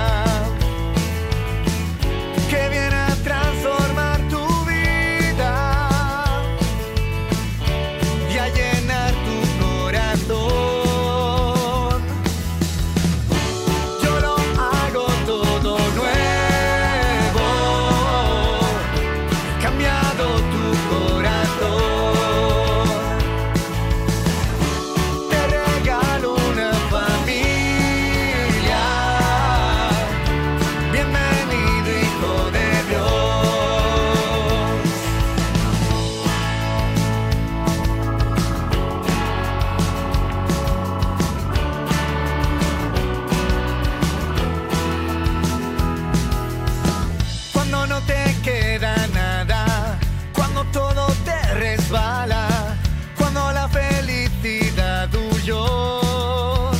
que viene a transformar tu vida y a llenar tu corazón. Yo lo hago todo nuevo, he cambiado tu corazón. Te regalo una familia, bienvenido, hijo de Dios. Cuando no te queda nada, cuando todo te resbala, cuando la felicidad huyó,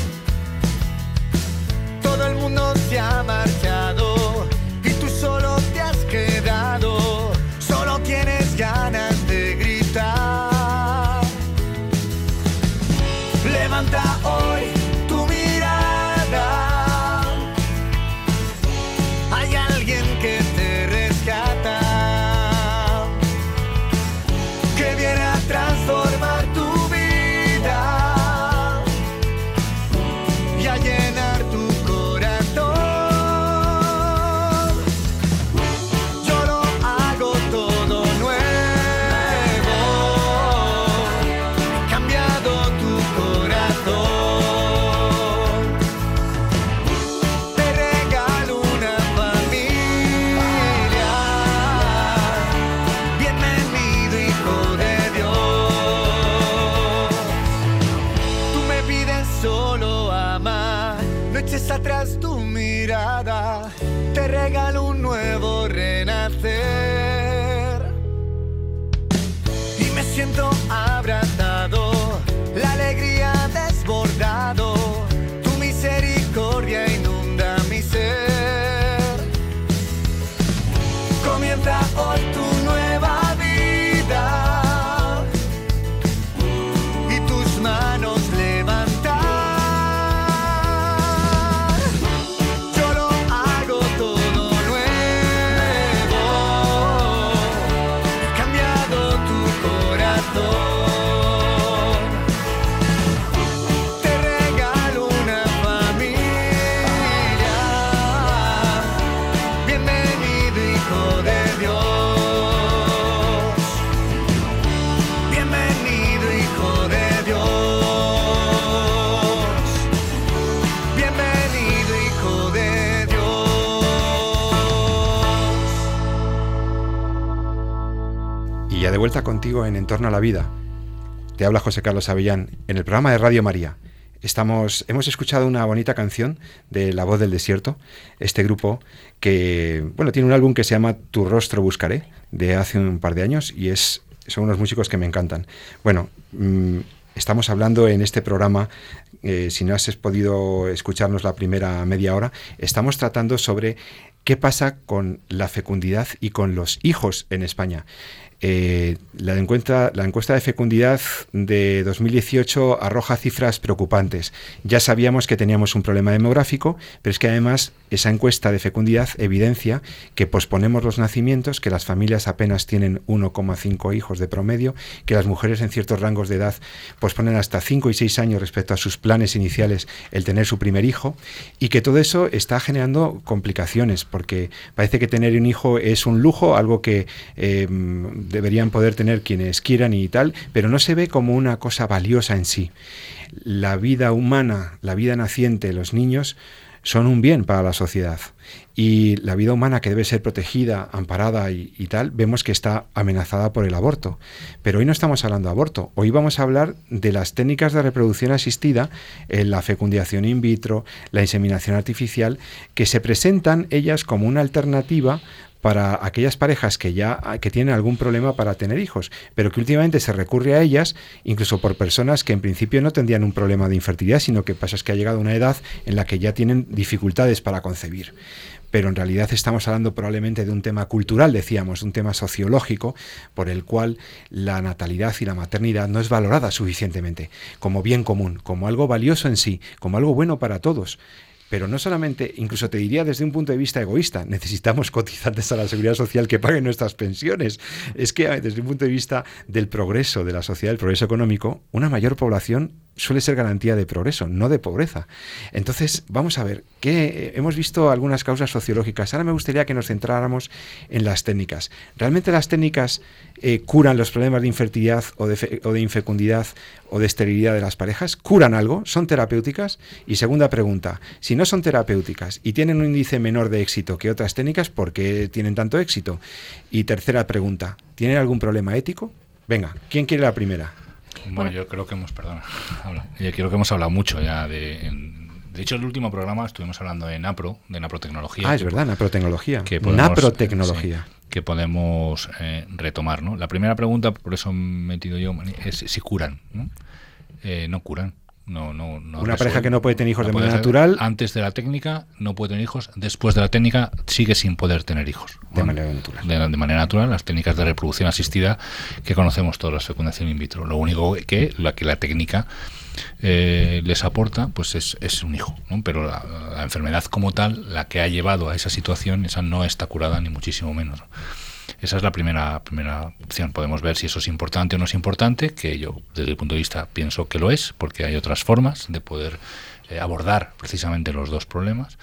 todo el mundo se ha marchado y tú solo te has quedado, solo tienes ganas de gritar. Levanta hoy tu mirada, hay alguien que te rescata, que viene a transformar tu vida y a llenar tu corazón. Yo lo hago todo nuevo, he cambiado tu corazón. Te regalo una familia, bienvenido, hijo de Dios. Tú me pides solo amar, no eches atrás tu mirada, te regalo un nuevo renacer. Y me siento abrazado, la alegría desbordado, tu misericordia inunda mi ser. Comienza hoy tu nueva vida y tus manos levantar. de vuelta contigo en Entorno a la Vida. Te habla José Carlos Avellán en el programa de Radio María. Estamos, hemos escuchado una bonita canción de La Voz del Desierto, este grupo que, bueno, tiene un álbum que se llama Tu Rostro Buscaré, de hace un par de años, y es, son unos músicos que me encantan. Bueno, mmm, estamos hablando en este programa, eh, si no has podido escucharnos la primera media hora, estamos tratando sobre qué pasa con la fecundidad y con los hijos en España. Eh, la, encuesta, la encuesta de fecundidad de dos mil dieciocho arroja cifras preocupantes. Ya sabíamos que teníamos un problema demográfico, pero es que además esa encuesta de fecundidad evidencia que posponemos los nacimientos, que las familias apenas tienen uno coma cinco hijos de promedio, que las mujeres en ciertos rangos de edad posponen hasta cinco y seis años respecto a sus planes iniciales el tener su primer hijo, y que todo eso está generando complicaciones, porque parece que tener un hijo es un lujo, algo que eh, deberían poder tener quienes quieran y tal, pero no se ve como una cosa valiosa en sí. La vida humana, la vida naciente, los niños son un bien para la sociedad, y la vida humana, que debe ser protegida, amparada y, y tal, vemos que está amenazada por el aborto. Pero hoy no estamos hablando de aborto, hoy vamos a hablar de las técnicas de reproducción asistida, eh, la fecundación in vitro, la inseminación artificial, que se presentan ellas como una alternativa para aquellas parejas que ya que tienen algún problema para tener hijos, pero que últimamente se recurre a ellas, incluso por personas que en principio no tendrían un problema de infertilidad, sino que pasa es que ha llegado una edad en la que ya tienen dificultades para concebir. Pero en realidad estamos hablando probablemente de un tema cultural, decíamos, un tema sociológico, por el cual la natalidad y la maternidad no es valorada suficientemente como bien común, como algo valioso en sí, como algo bueno para todos. Pero no solamente, incluso te diría desde un punto de vista egoísta, necesitamos cotizantes a la Seguridad Social que paguen nuestras pensiones. Es que desde un punto de vista del progreso de la sociedad, del progreso económico, una mayor población suele ser garantía de progreso, no de pobreza. Entonces, vamos a ver, que hemos visto algunas causas sociológicas. Ahora me gustaría que nos centráramos en las técnicas. ¿Realmente las técnicas eh, curan los problemas de infertilidad o de, fe, o de infecundidad o de esterilidad de las parejas? ¿Curan algo? ¿Son terapéuticas? Y segunda pregunta, si no son terapéuticas y tienen un índice menor de éxito que otras técnicas, ¿por qué tienen tanto éxito? Y tercera pregunta, ¿tienen algún problema ético? Venga, ¿quién quiere la primera? Bueno, bueno, yo creo que hemos, perdona, habla, yo creo que hemos hablado mucho ya de, en, de hecho el último programa estuvimos hablando de NAPRO, de naprotecnología. Ah, es verdad, naprotecnología. Que podemos, naprotecnología. Sí, que podemos eh, retomar, ¿no? La primera pregunta, por eso me he metido yo, es si curan, ¿no? Eh, no curan. No, no, no una pareja que no puede tener hijos no de manera natural. Antes de la técnica no puede tener hijos, después de la técnica sigue sin poder tener hijos. De bueno, manera natural. De, de manera natural, las técnicas de reproducción asistida que conocemos todas, la fecundación in vitro. Lo único que la, que la técnica eh, les aporta pues es, es un hijo, ¿no? Pero la, la enfermedad como tal, la que ha llevado a esa situación, esa no está curada ni muchísimo menos, ¿no? Esa es la primera primera opción. Podemos ver si eso es importante o no es importante, que yo desde el punto de vista pienso que lo es, porque hay otras formas de poder eh, abordar precisamente los dos problemas.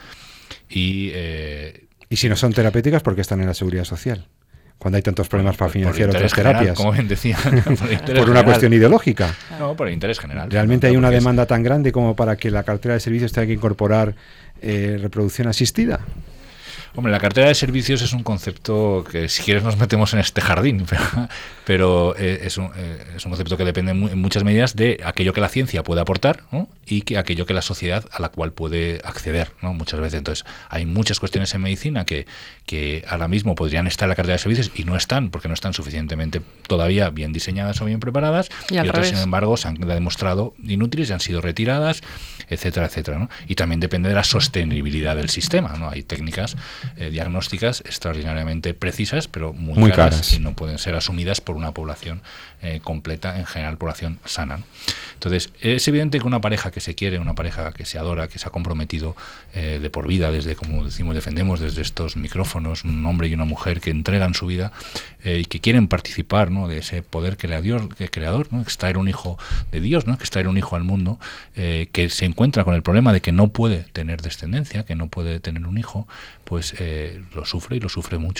Y, eh, y si no son terapéuticas, ¿por qué están en la Seguridad Social? Cuando hay tantos problemas para financiar otras general, terapias. Como bien decía. Por, por una general. Cuestión ideológica. No, por el interés general. ¿Realmente no, hay una es... demanda tan grande como para que la cartera de servicios tenga que incorporar eh, reproducción asistida? Hombre, la cartera de servicios es un concepto que si quieres nos metemos en este jardín, pero, pero eh, es, un, eh, es un concepto que depende en muchas medidas de aquello que la ciencia puede aportar, ¿no? Y que aquello que la sociedad a la cual puede acceder, ¿no? Muchas veces. Entonces, hay muchas cuestiones en medicina que, que ahora mismo podrían estar en la cartera de servicios y no están, porque no están suficientemente todavía bien diseñadas o bien preparadas, y, y otras, revés. Sin embargo, se han demostrado inútiles y han sido retiradas, etcétera, etcétera, ¿no? Y también depende de la sostenibilidad del sistema, ¿no? Hay técnicas Eh, diagnósticas extraordinariamente precisas, pero muy, muy caras, caras y no pueden ser asumidas por una población eh, completa, en general población sana, ¿no? Entonces, es evidente que una pareja que se quiere, una pareja que se adora, que se ha comprometido eh, de por vida, desde, como decimos, defendemos desde estos micrófonos, un hombre y una mujer que entregan su vida eh, y que quieren participar, ¿no?, de ese poder que le dio el creador, ¿no?, extraer un hijo de Dios, ¿no?, que extraer un hijo al mundo, eh, que se encuentra con el problema de que no puede tener descendencia, que no puede tener un hijo, pues eh, lo sufre y lo sufre mucho, ¿no?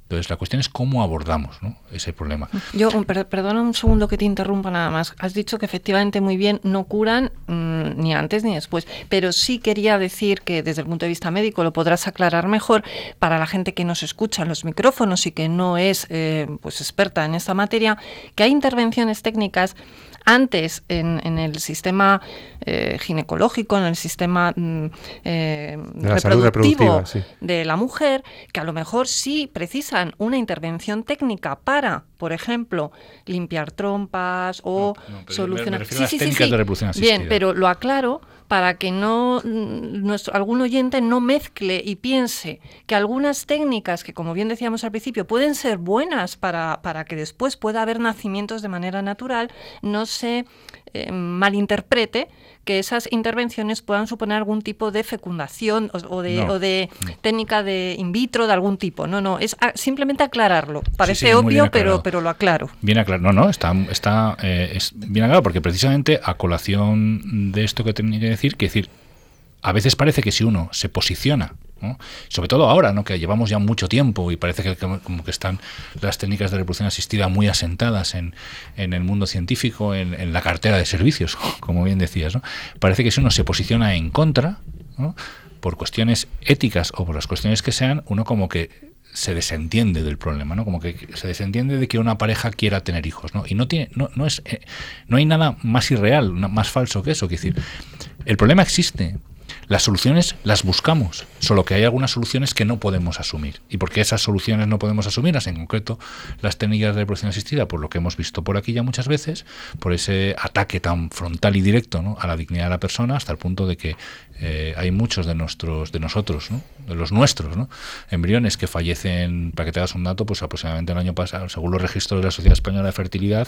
Entonces, la cuestión es cómo abordamos, ¿no?, ese problema. Yo, per, perdona un segundo que te interrumpa nada más. Has dicho que efectivamente muy bien no curan mmm, ni antes ni después, pero sí quería decir que desde el punto de vista médico lo podrás aclarar mejor para la gente que nos escucha en los micrófonos y que no es eh, pues experta en esta materia, que hay intervenciones técnicas antes en, en el sistema eh, ginecológico, en el sistema mm, eh, de la salud reproductiva, sí, de la mujer, que a lo mejor sí precisan una intervención técnica para, por ejemplo, limpiar trompas o no, no, solucionar... Me refiero sí, a las sí, técnicas sí, de reproducción asistida. Bien, pero lo aclaro para que no nuestro, algún oyente no mezcle y piense que algunas técnicas que, como bien decíamos al principio, pueden ser buenas para, para que después pueda haber nacimientos de manera natural, no se eh, malinterprete que esas intervenciones puedan suponer algún tipo de fecundación o, o de, no, o de no. técnica de in vitro de algún tipo. No, no, es a, simplemente aclararlo. Parece sí, sí, obvio, pero, pero lo aclaro. Bien aclarado. No, no, está, está eh, es bien aclarado, porque precisamente a colación de esto que tenía que decir, que decir, a veces parece que si uno se posiciona, ¿no?, sobre todo ahora, ¿no?, que llevamos ya mucho tiempo y parece que como que están las técnicas de reproducción asistida muy asentadas en, en el mundo científico, en, en la cartera de servicios, como bien decías, ¿no? Parece que si uno se posiciona en contra, ¿no?, por cuestiones éticas o por las cuestiones que sean, uno como que se desentiende del problema, ¿no? Como que se desentiende de que una pareja quiera tener hijos, ¿no? Y no tiene, no, no es, eh, no hay nada más irreal, más falso que eso. Que decir, el problema existe. Las soluciones las buscamos, solo que hay algunas soluciones que no podemos asumir. ¿Y por qué esas soluciones no podemos asumirlas? En concreto, las técnicas de reproducción asistida, por lo que hemos visto por aquí ya muchas veces, por ese ataque tan frontal y directo, ¿no?, a la dignidad de la persona, hasta el punto de que eh, hay muchos de nuestros, de nosotros, ¿no?, de los nuestros, ¿no?, embriones que fallecen, para que te hagas un dato, pues aproximadamente el año pasado, según los registros de la Sociedad Española de Fertilidad,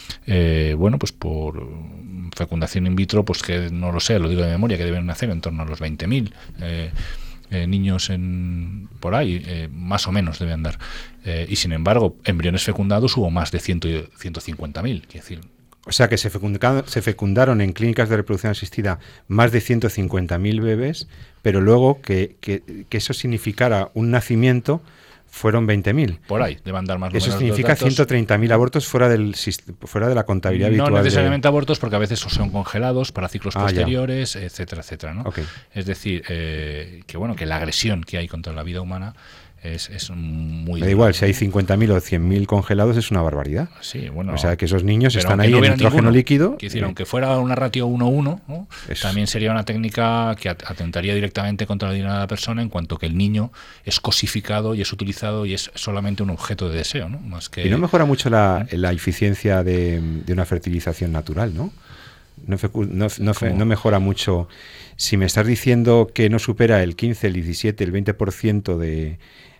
eh, bueno, pues por fecundación in vitro, pues que no lo sé, lo digo de memoria, que deben nacer en torno a los veinte mil eh, eh, niños en por ahí, eh, más o menos deben andar. Eh, y sin embargo, embriones fecundados hubo más de ciento cincuenta mil, quiero decir. O sea que se fecundaron, se fecundaron en clínicas de reproducción asistida más de ciento cincuenta mil bebés, pero luego que, que, que eso significara un nacimiento fueron veinte mil. Por ahí, deben andar más o menos. Eso significa ciento treinta mil abortos fuera del fuera de la contabilidad no habitual. No necesariamente de... abortos, porque a veces son congelados para ciclos ah, posteriores, ya. etcétera, etcétera, ¿no? Okay. Es decir, eh, que bueno, que la agresión que hay contra la vida humana es, es muy... Me da igual, si hay cincuenta mil o cien mil congelados es una barbaridad. Sí, bueno... O sea, que esos niños están ahí no en nitrógeno ninguno, líquido. Quiero decir, eh, aunque fuera una ratio uno uno, ¿no?, también sería una técnica que atentaría directamente contra la dignidad de la persona, en cuanto que el niño es cosificado y es utilizado y es solamente un objeto de deseo, ¿no? Más que... Y no mejora mucho la, la eficiencia de, de una fertilización natural, ¿no? No, no, no, no mejora mucho. Si me estás diciendo que no supera el quince, el diecisiete, el veinte por ciento de...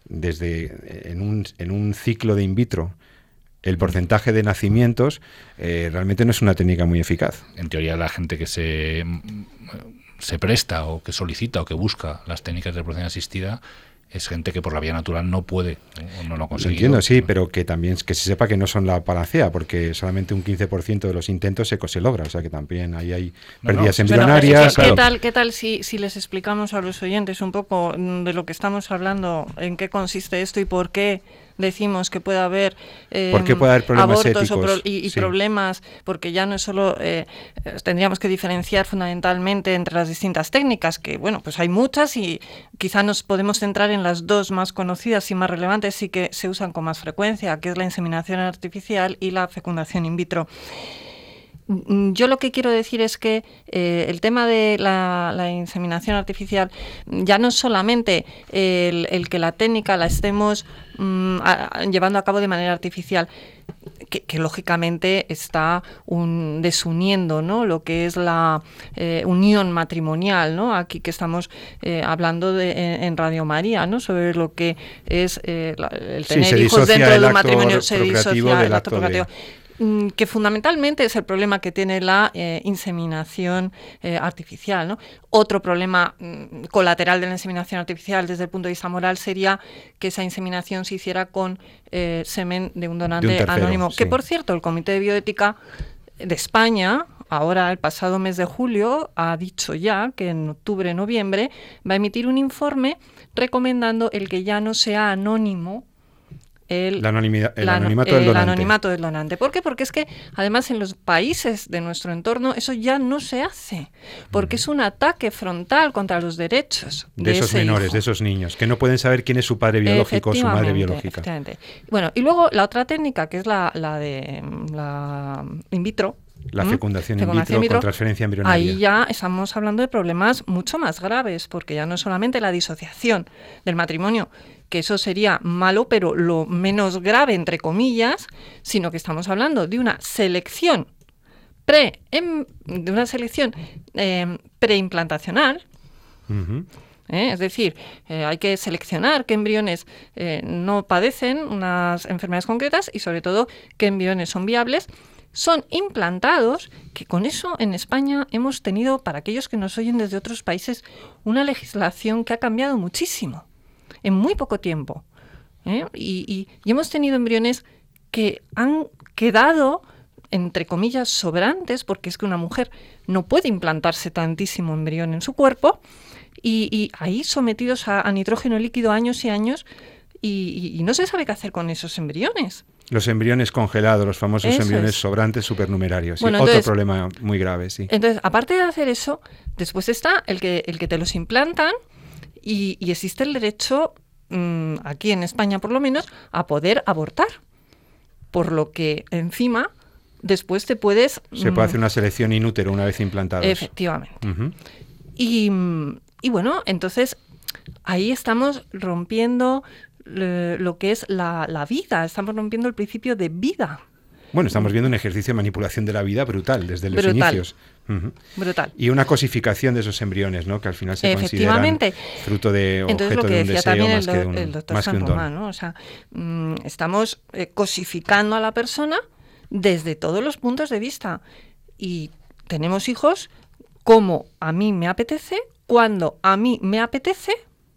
desde en un, en un ciclo de in vitro, el porcentaje de nacimientos, eh, realmente no es una técnica muy eficaz. En teoría, la gente que se, se presta o que solicita o que busca las técnicas de reproducción asistida es gente que por la vía natural no puede o no lo consigue. Lo entiendo, sí, pero que también que se sepa que no son la panacea, porque solamente un quince por ciento de los intentos se, se logra, o sea que también ahí hay no, pérdidas no, embrionarias. ¿Qué, claro. qué tal, qué tal si, si les explicamos a los oyentes un poco de lo que estamos hablando, en qué consiste esto y por qué decimos que puede haber, eh, ¿Por qué puede haber problemas abortos éticos? O pro, y, y sí. problemas? Porque ya no es solo, eh, tendríamos que diferenciar fundamentalmente entre las distintas técnicas, que bueno, pues hay muchas y quizá nos podemos centrar en las dos más conocidas y más relevantes y que se usan con más frecuencia, que es la inseminación artificial y la fecundación in vitro. Yo lo que quiero decir es que eh, el tema de la, la inseminación artificial ya no es solamente el, el que la técnica la estemos mm, a, llevando a cabo de manera artificial, que, que lógicamente está un, desuniendo, ¿no?, lo que es la eh, unión matrimonial, ¿no?, aquí que estamos eh, hablando de, en, en Radio María, ¿no?, sobre lo que es eh, la, el tener sí, hijos dentro de un matrimonio, se disocia el acto procreativo. Que fundamentalmente es el problema que tiene la eh, inseminación eh, artificial, ¿no? Otro problema mm, colateral de la inseminación artificial desde el punto de vista moral sería que esa inseminación se hiciera con eh, semen de un donante de un tercero, anónimo. Sí. Que, por cierto, el Comité de Bioética de España, ahora el pasado mes de julio, ha dicho ya que en octubre, noviembre, va a emitir un informe recomendando el que ya no sea anónimo el, el, anonimidad, el, la, anonimato, el del donante. anonimato del donante. ¿Por qué? Porque es que además en los países de nuestro entorno eso ya no se hace, porque uh-huh. es un ataque frontal contra los derechos de, de esos ese menores, hijo. de esos niños, que no pueden saber quién es su padre biológico o su madre biológica. Bueno, y luego la otra técnica, que es la, la de la in vitro, La ¿Mm? fecundación, fecundación in vitro con transferencia embrionaria. Ahí ya estamos hablando de problemas mucho más graves, porque ya no es solamente la disociación del matrimonio, que eso sería malo, pero lo menos grave, entre comillas, sino que estamos hablando de una selección pre, em, de una selección eh, preimplantacional. Uh-huh. ¿Eh? Es decir, eh, hay que seleccionar qué embriones eh, no padecen unas enfermedades concretas y sobre todo qué embriones son viables. Son implantados, que con eso en España hemos tenido, para aquellos que nos oyen desde otros países, una legislación que ha cambiado muchísimo, en muy poco tiempo. ¿eh? Y, y, y hemos tenido embriones que han quedado, entre comillas, sobrantes, porque es que una mujer no puede implantarse tantísimo embrión en su cuerpo, y, y ahí sometidos a, a nitrógeno líquido años y años, y, y, y no se sabe qué hacer con esos embriones. Los embriones congelados, los famosos eso embriones es. sobrantes supernumerarios. Bueno, sí, entonces, otro problema muy grave, sí. Entonces, aparte de hacer eso, después está el que, el que te los implantan y, y existe el derecho, mmm, aquí en España por lo menos, a poder abortar. Por lo que encima, después te puedes... Se puede hacer una selección in útero una vez implantados. Efectivamente. Uh-huh. Y, y bueno, entonces ahí estamos rompiendo... lo que es la, la vida, estamos rompiendo el principio de vida. Bueno, estamos viendo un ejercicio de manipulación de la vida brutal, desde los brutal. inicios. Uh-huh. Brutal. Y una cosificación de esos embriones, ¿no? Que al final se consideran fruto de Entonces, objeto lo que de un decía deseo también más el, que de un, el doctor más que un don. ¿no? O sea, mmm, estamos eh, cosificando a la persona desde todos los puntos de vista. Y tenemos hijos como a mí me apetece, cuando a mí me apetece,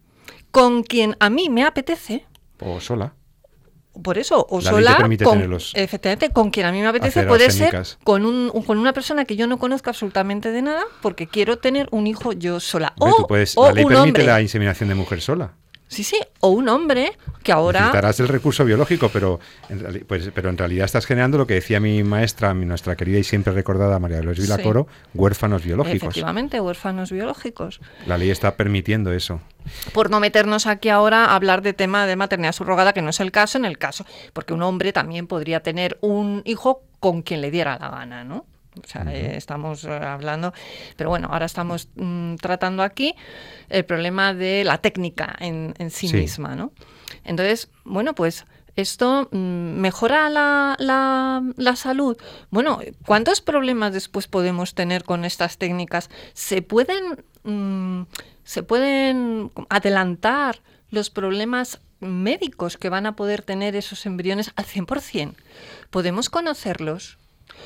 con quien a mí me apetece. O sola. Por eso, o la sola, ley te con, tenerlos, efectivamente, con quien a mí me apetece, puede ser con, un, con una persona que yo no conozco absolutamente de nada, porque quiero tener un hijo yo sola. Hombre, o, tú puedes, o la ley un permite hombre. la inseminación de mujer sola. Sí, sí, o un hombre que ahora... Necesitarás el recurso biológico, pero en, reali- pues, pero en realidad estás generando lo que decía mi maestra, mi, nuestra querida y siempre recordada María Dolores Vilacoro, sí. huérfanos biológicos. Efectivamente, huérfanos biológicos. La ley está permitiendo eso. Por no meternos aquí ahora a hablar de tema de maternidad subrogada, que no es el caso, en el caso, porque un hombre también podría tener un hijo con quien le diera la gana, ¿no? O sea, uh-huh. eh, estamos eh, hablando, pero bueno, ahora estamos mm, tratando aquí el problema de la técnica en, en sí, sí misma, ¿no? Entonces, bueno, pues esto mm, mejora la, la, la salud. Bueno, ¿cuántos problemas después podemos tener con estas técnicas? ¿Se pueden, mm, se pueden adelantar los problemas médicos que van a poder tener esos embriones al cien por ciento? ¿Podemos conocerlos?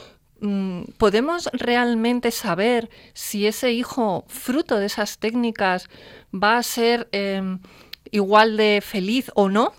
¿Podemos realmente saber si ese hijo, fruto de esas técnicas, va a ser eh, igual de feliz o no?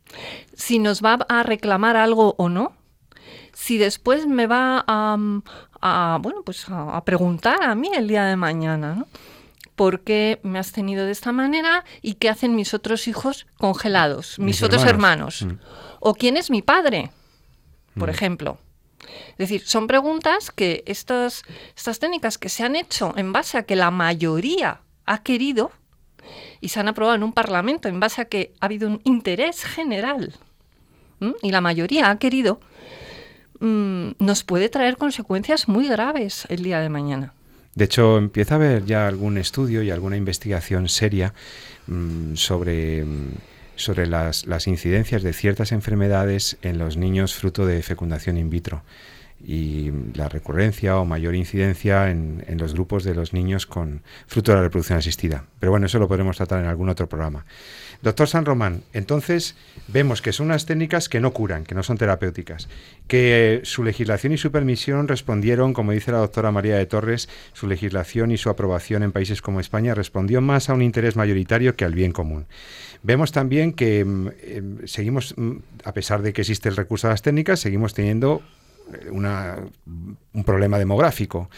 ¿Si nos va a reclamar algo o no? ¿Si después me va a, a, bueno, pues a, a preguntar a mí el día de mañana, ¿no? ¿Por qué me has tenido de esta manera? ¿Y qué hacen mis otros hijos congelados? Mis, mis otros hermanos. hermanos. Mm. ¿O quién es mi padre? Por mm. ejemplo. Es decir, son preguntas que estas, estas técnicas que se han hecho en base a que la mayoría ha querido y se han aprobado en un parlamento en base a que ha habido un interés general, ¿m? y la mayoría ha querido, mmm, nos puede traer consecuencias muy graves el día de mañana. De hecho, empieza a haber ya algún estudio y alguna investigación seria mmm, sobre... Mmm, sobre las, las incidencias de ciertas enfermedades en los niños fruto de fecundación in vitro y la recurrencia o mayor incidencia en, en los grupos de los niños con fruto de la reproducción asistida. Pero bueno, eso lo podremos tratar en algún otro programa. Doctor San Román, entonces vemos que son unas técnicas que no curan, que no son terapéuticas, que su legislación y su permisión respondieron, como dice la doctora María de Torres, su legislación y su aprobación en países como España respondió más a un interés mayoritario que al bien común. Vemos también que eh, seguimos, a pesar de que existe el recurso a las técnicas, seguimos teniendo una, un problema demográfico.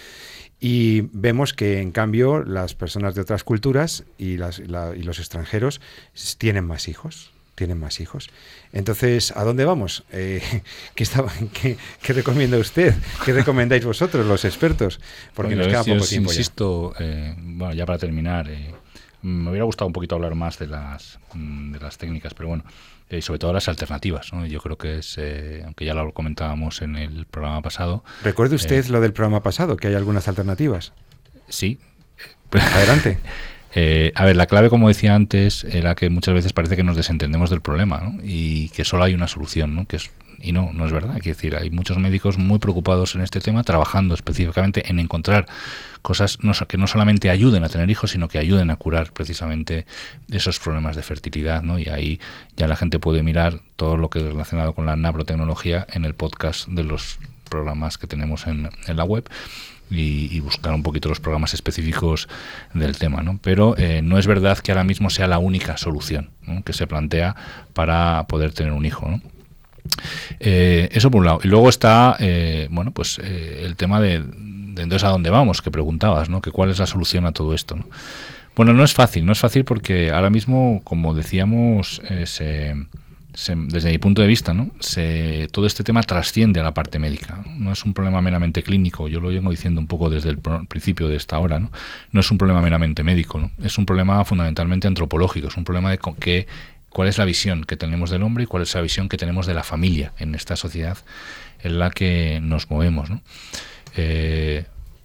Y vemos que, en cambio, las personas de otras culturas y, las, la, y los extranjeros tienen más hijos. tienen más hijos. Entonces, ¿a dónde vamos? Eh, ¿qué, estaba, qué, ¿Qué recomienda usted? ¿Qué recomendáis vosotros, los expertos? Porque bueno, nos queda poco tiempo insisto, ya. Eh, bueno, ya para terminar, eh, me hubiera gustado un poquito hablar más de las, de las técnicas, pero bueno, y eh, sobre todo las alternativas, ¿no? Yo creo que es, eh, aunque ya lo comentábamos en el programa pasado. ¿Recuerde usted eh, lo del programa pasado, que hay algunas alternativas? Sí. Adelante. Eh, a ver, la clave, como decía antes, era que muchas veces parece que nos desentendemos del problema, ¿no? Y que solo hay una solución, ¿no? Que es, y no, no es verdad. Quiero decir, hay muchos médicos muy preocupados en este tema, trabajando específicamente en encontrar cosas no, que no solamente ayuden a tener hijos, sino que ayuden a curar precisamente esos problemas de fertilidad, ¿no? Y ahí ya la gente puede mirar todo lo que es relacionado con la nanotecnología en el podcast de los programas que tenemos en, en la web. Y, y buscar un poquito los programas específicos del tema, ¿no? Pero eh, no es verdad que ahora mismo sea la única solución, ¿no?, que se plantea para poder tener un hijo, ¿no? Eh, eso por un lado. Y luego está, eh, bueno, pues eh, el tema de, de entonces a dónde vamos, que preguntabas, ¿no? Que cuál es la solución a todo esto, ¿no? Bueno, no es fácil, no es fácil porque ahora mismo, como decíamos, eh, se... Se, desde mi punto de vista, ¿no? Se, todo este tema trasciende a la parte médica. No es un problema meramente clínico, yo lo vengo diciendo un poco desde el principio de esta hora, ¿no? No es un problema meramente médico, ¿no? Es un problema fundamentalmente antropológico, es un problema de con qué, cuál es la visión que tenemos del hombre y cuál es la visión que tenemos de la familia en esta sociedad en la que nos movemos, ¿no? Eh,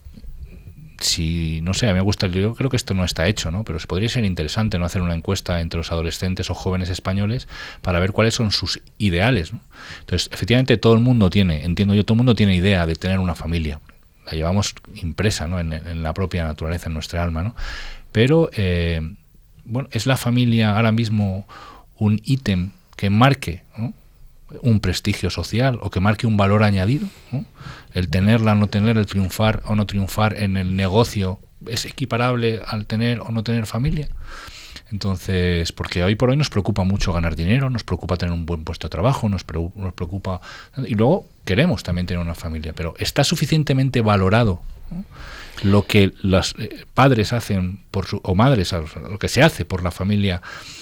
Si, no sé, a mí me gusta, yo creo que esto no está hecho, ¿no? Pero podría ser interesante, ¿no?, hacer una encuesta entre los adolescentes o jóvenes españoles para ver cuáles son sus ideales, ¿no? Entonces, efectivamente, todo el mundo tiene, entiendo yo, todo el mundo tiene idea de tener una familia. La llevamos impresa, ¿no?, en, en la propia naturaleza, en nuestra alma, ¿no? Pero, eh, bueno, ¿es la familia ahora mismo un ítem que marque, ¿no?, un prestigio social o que marque un valor añadido, ¿no? El tenerla, no tener, el triunfar o no triunfar en el negocio es equiparable al tener o no tener familia. Entonces, porque hoy por hoy nos preocupa mucho ganar dinero, nos preocupa tener un buen puesto de trabajo, nos, pre- nos preocupa, y luego queremos también tener una familia, pero ¿está suficientemente valorado, ¿no?, lo que los eh, padres hacen por su, o madres, lo que se hace por la familia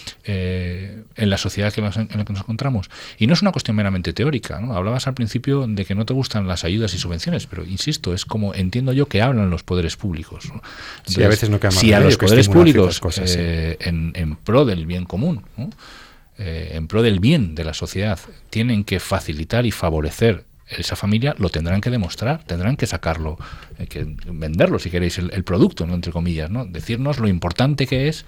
eh, en la sociedad que nos, en la que nos encontramos? Y no es una cuestión meramente teórica, ¿no? Hablabas al principio de que no te gustan las ayudas y subvenciones, pero insisto, es como entiendo yo que hablan los poderes públicos, ¿no? Entonces, sí, a veces no queda más si a los poderes públicos cosas, eh, sí. en, en pro del bien común, ¿no?, eh, en pro del bien de la sociedad, tienen que facilitar y favorecer esa familia, lo tendrán que demostrar, tendrán que sacarlo, eh, que venderlo, si queréis, el, el producto, ¿no?, entre comillas, ¿no? Decirnos lo importante que es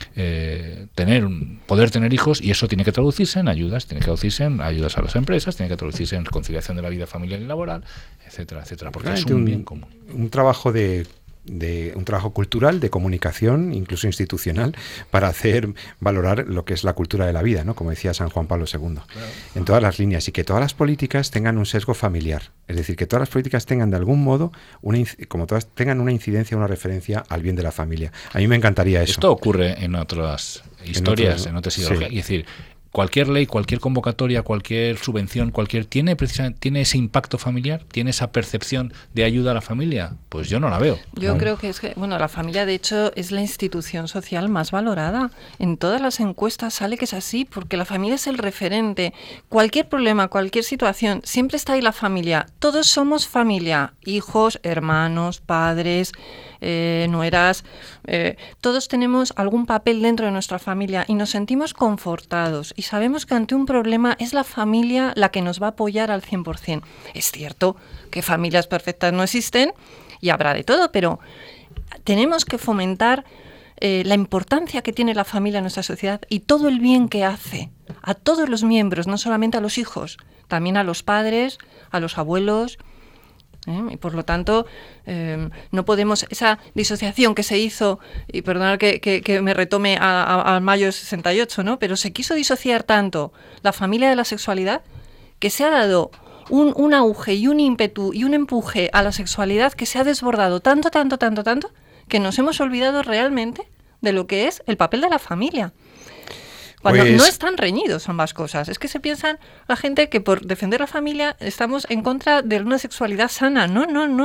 eh, tener poder tener hijos, y eso tiene que traducirse en ayudas, tiene que traducirse en ayudas a las empresas, tiene que traducirse en conciliación de la vida familiar y laboral, etcétera, etcétera, porque es un, un bien común. Un trabajo de de un trabajo cultural, de comunicación, incluso institucional, para hacer valorar lo que es la cultura de la vida, ¿no?, como decía San Juan Pablo segundo, claro, en todas las líneas, y que todas las políticas tengan un sesgo familiar, es decir, que todas las políticas tengan de algún modo, una, como todas tengan una incidencia, una referencia al bien de la familia. A mí me encantaría eso. Esto ocurre en otras historias, en, otros, en otras ideologías, sí. Es decir, cualquier ley, cualquier convocatoria, cualquier subvención, cualquier tiene precisamente tiene ese impacto familiar, tiene esa percepción de ayuda a la familia. Pues yo no la veo. Yo ¿no? creo que es que, bueno, la familia de hecho es la institución social más valorada. En todas las encuestas sale que es así, porque la familia es el referente. Cualquier problema, cualquier situación, siempre está ahí la familia. Todos somos familia, hijos, hermanos, padres, eh, nueras, eh, todos tenemos algún papel dentro de nuestra familia y nos sentimos confortados y sabemos que ante un problema es la familia la que nos va a apoyar al cien por ciento. Es cierto que familias perfectas no existen y habrá de todo, pero tenemos que fomentar eh, la importancia que tiene la familia en nuestra sociedad y todo el bien que hace a todos los miembros, no solamente a los hijos, también a los padres, a los abuelos. ¿Eh? Y por lo tanto, eh, no podemos, esa disociación que se hizo, y perdonad que, que, que me retome a, a, a mayo del sesenta y ocho, ¿no? Pero se quiso disociar tanto la familia de la sexualidad que se ha dado un, un auge y un ímpetu y un empuje a la sexualidad que se ha desbordado tanto, tanto, tanto, tanto, que nos hemos olvidado realmente de lo que es el papel de la familia. Cuando pues, no están reñidos ambas cosas. Es que se piensan la gente que por defender la familia estamos en contra de una sexualidad sana. No, no, no.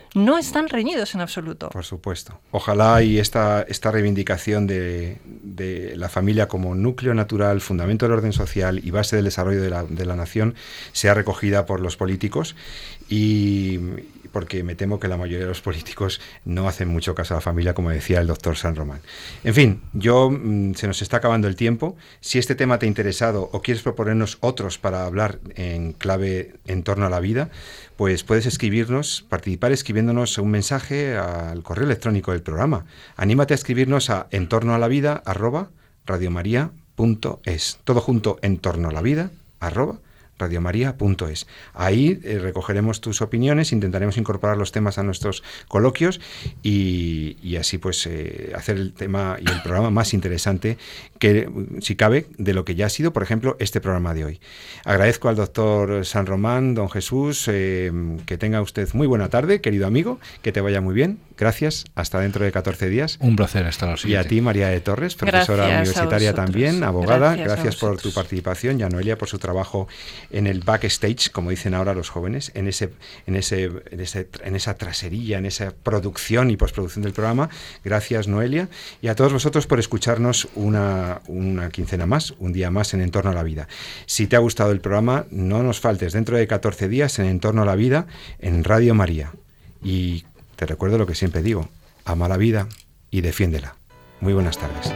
no están reñidos en absoluto. Por supuesto. Ojalá y esta, esta reivindicación de, de la familia como núcleo natural, fundamento del orden social y base del desarrollo de la, de la nación sea recogida por los políticos, y porque me temo que la mayoría de los políticos no hacen mucho caso a la familia, como decía el doctor San Román. En fin, yo mmm, se nos está acabando el tiempo. Si este tema te ha interesado o quieres proponernos otros para hablar en clave en torno a la vida, pues puedes escribirnos, participar escribiéndonos un mensaje al correo electrónico del programa. Anímate a escribirnos a entornoalavida arroba radiomaria punto es. Todo junto, entornoalavida arroba radiomaria punto es. Ahí eh, recogeremos tus opiniones, intentaremos incorporar los temas a nuestros coloquios y, y así pues eh, hacer el tema y el programa más interesante que, si cabe, de lo que ya ha sido, por ejemplo, este programa de hoy. Agradezco al doctor San Román, don Jesús, eh, que tenga usted muy buena tarde, querido amigo, que te vaya muy bien. Gracias, hasta dentro de catorce días. Un placer, hasta la siguiente. Y a ti, María de Torres, profesora Gracias universitaria también, abogada. Gracias, Gracias por tu participación, y a Noelia por su trabajo en el backstage, como dicen ahora los jóvenes, en ese, en ese, en ese, en esa trasería, en esa producción y postproducción del programa. Gracias, Noelia, y a todos vosotros por escucharnos una, una quincena más, un día más en Entorno a la Vida. Si te ha gustado el programa, no nos faltes dentro de catorce días en Entorno a la Vida en Radio María. Y te recuerdo lo que siempre digo: ama la vida y defiéndela. Muy buenas tardes.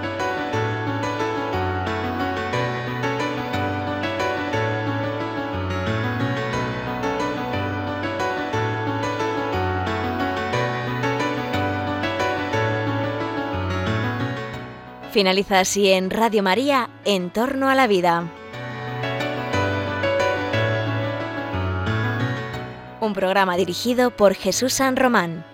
Finaliza así en Radio María, En torno a la vida. Un programa dirigido por Jesús San Román.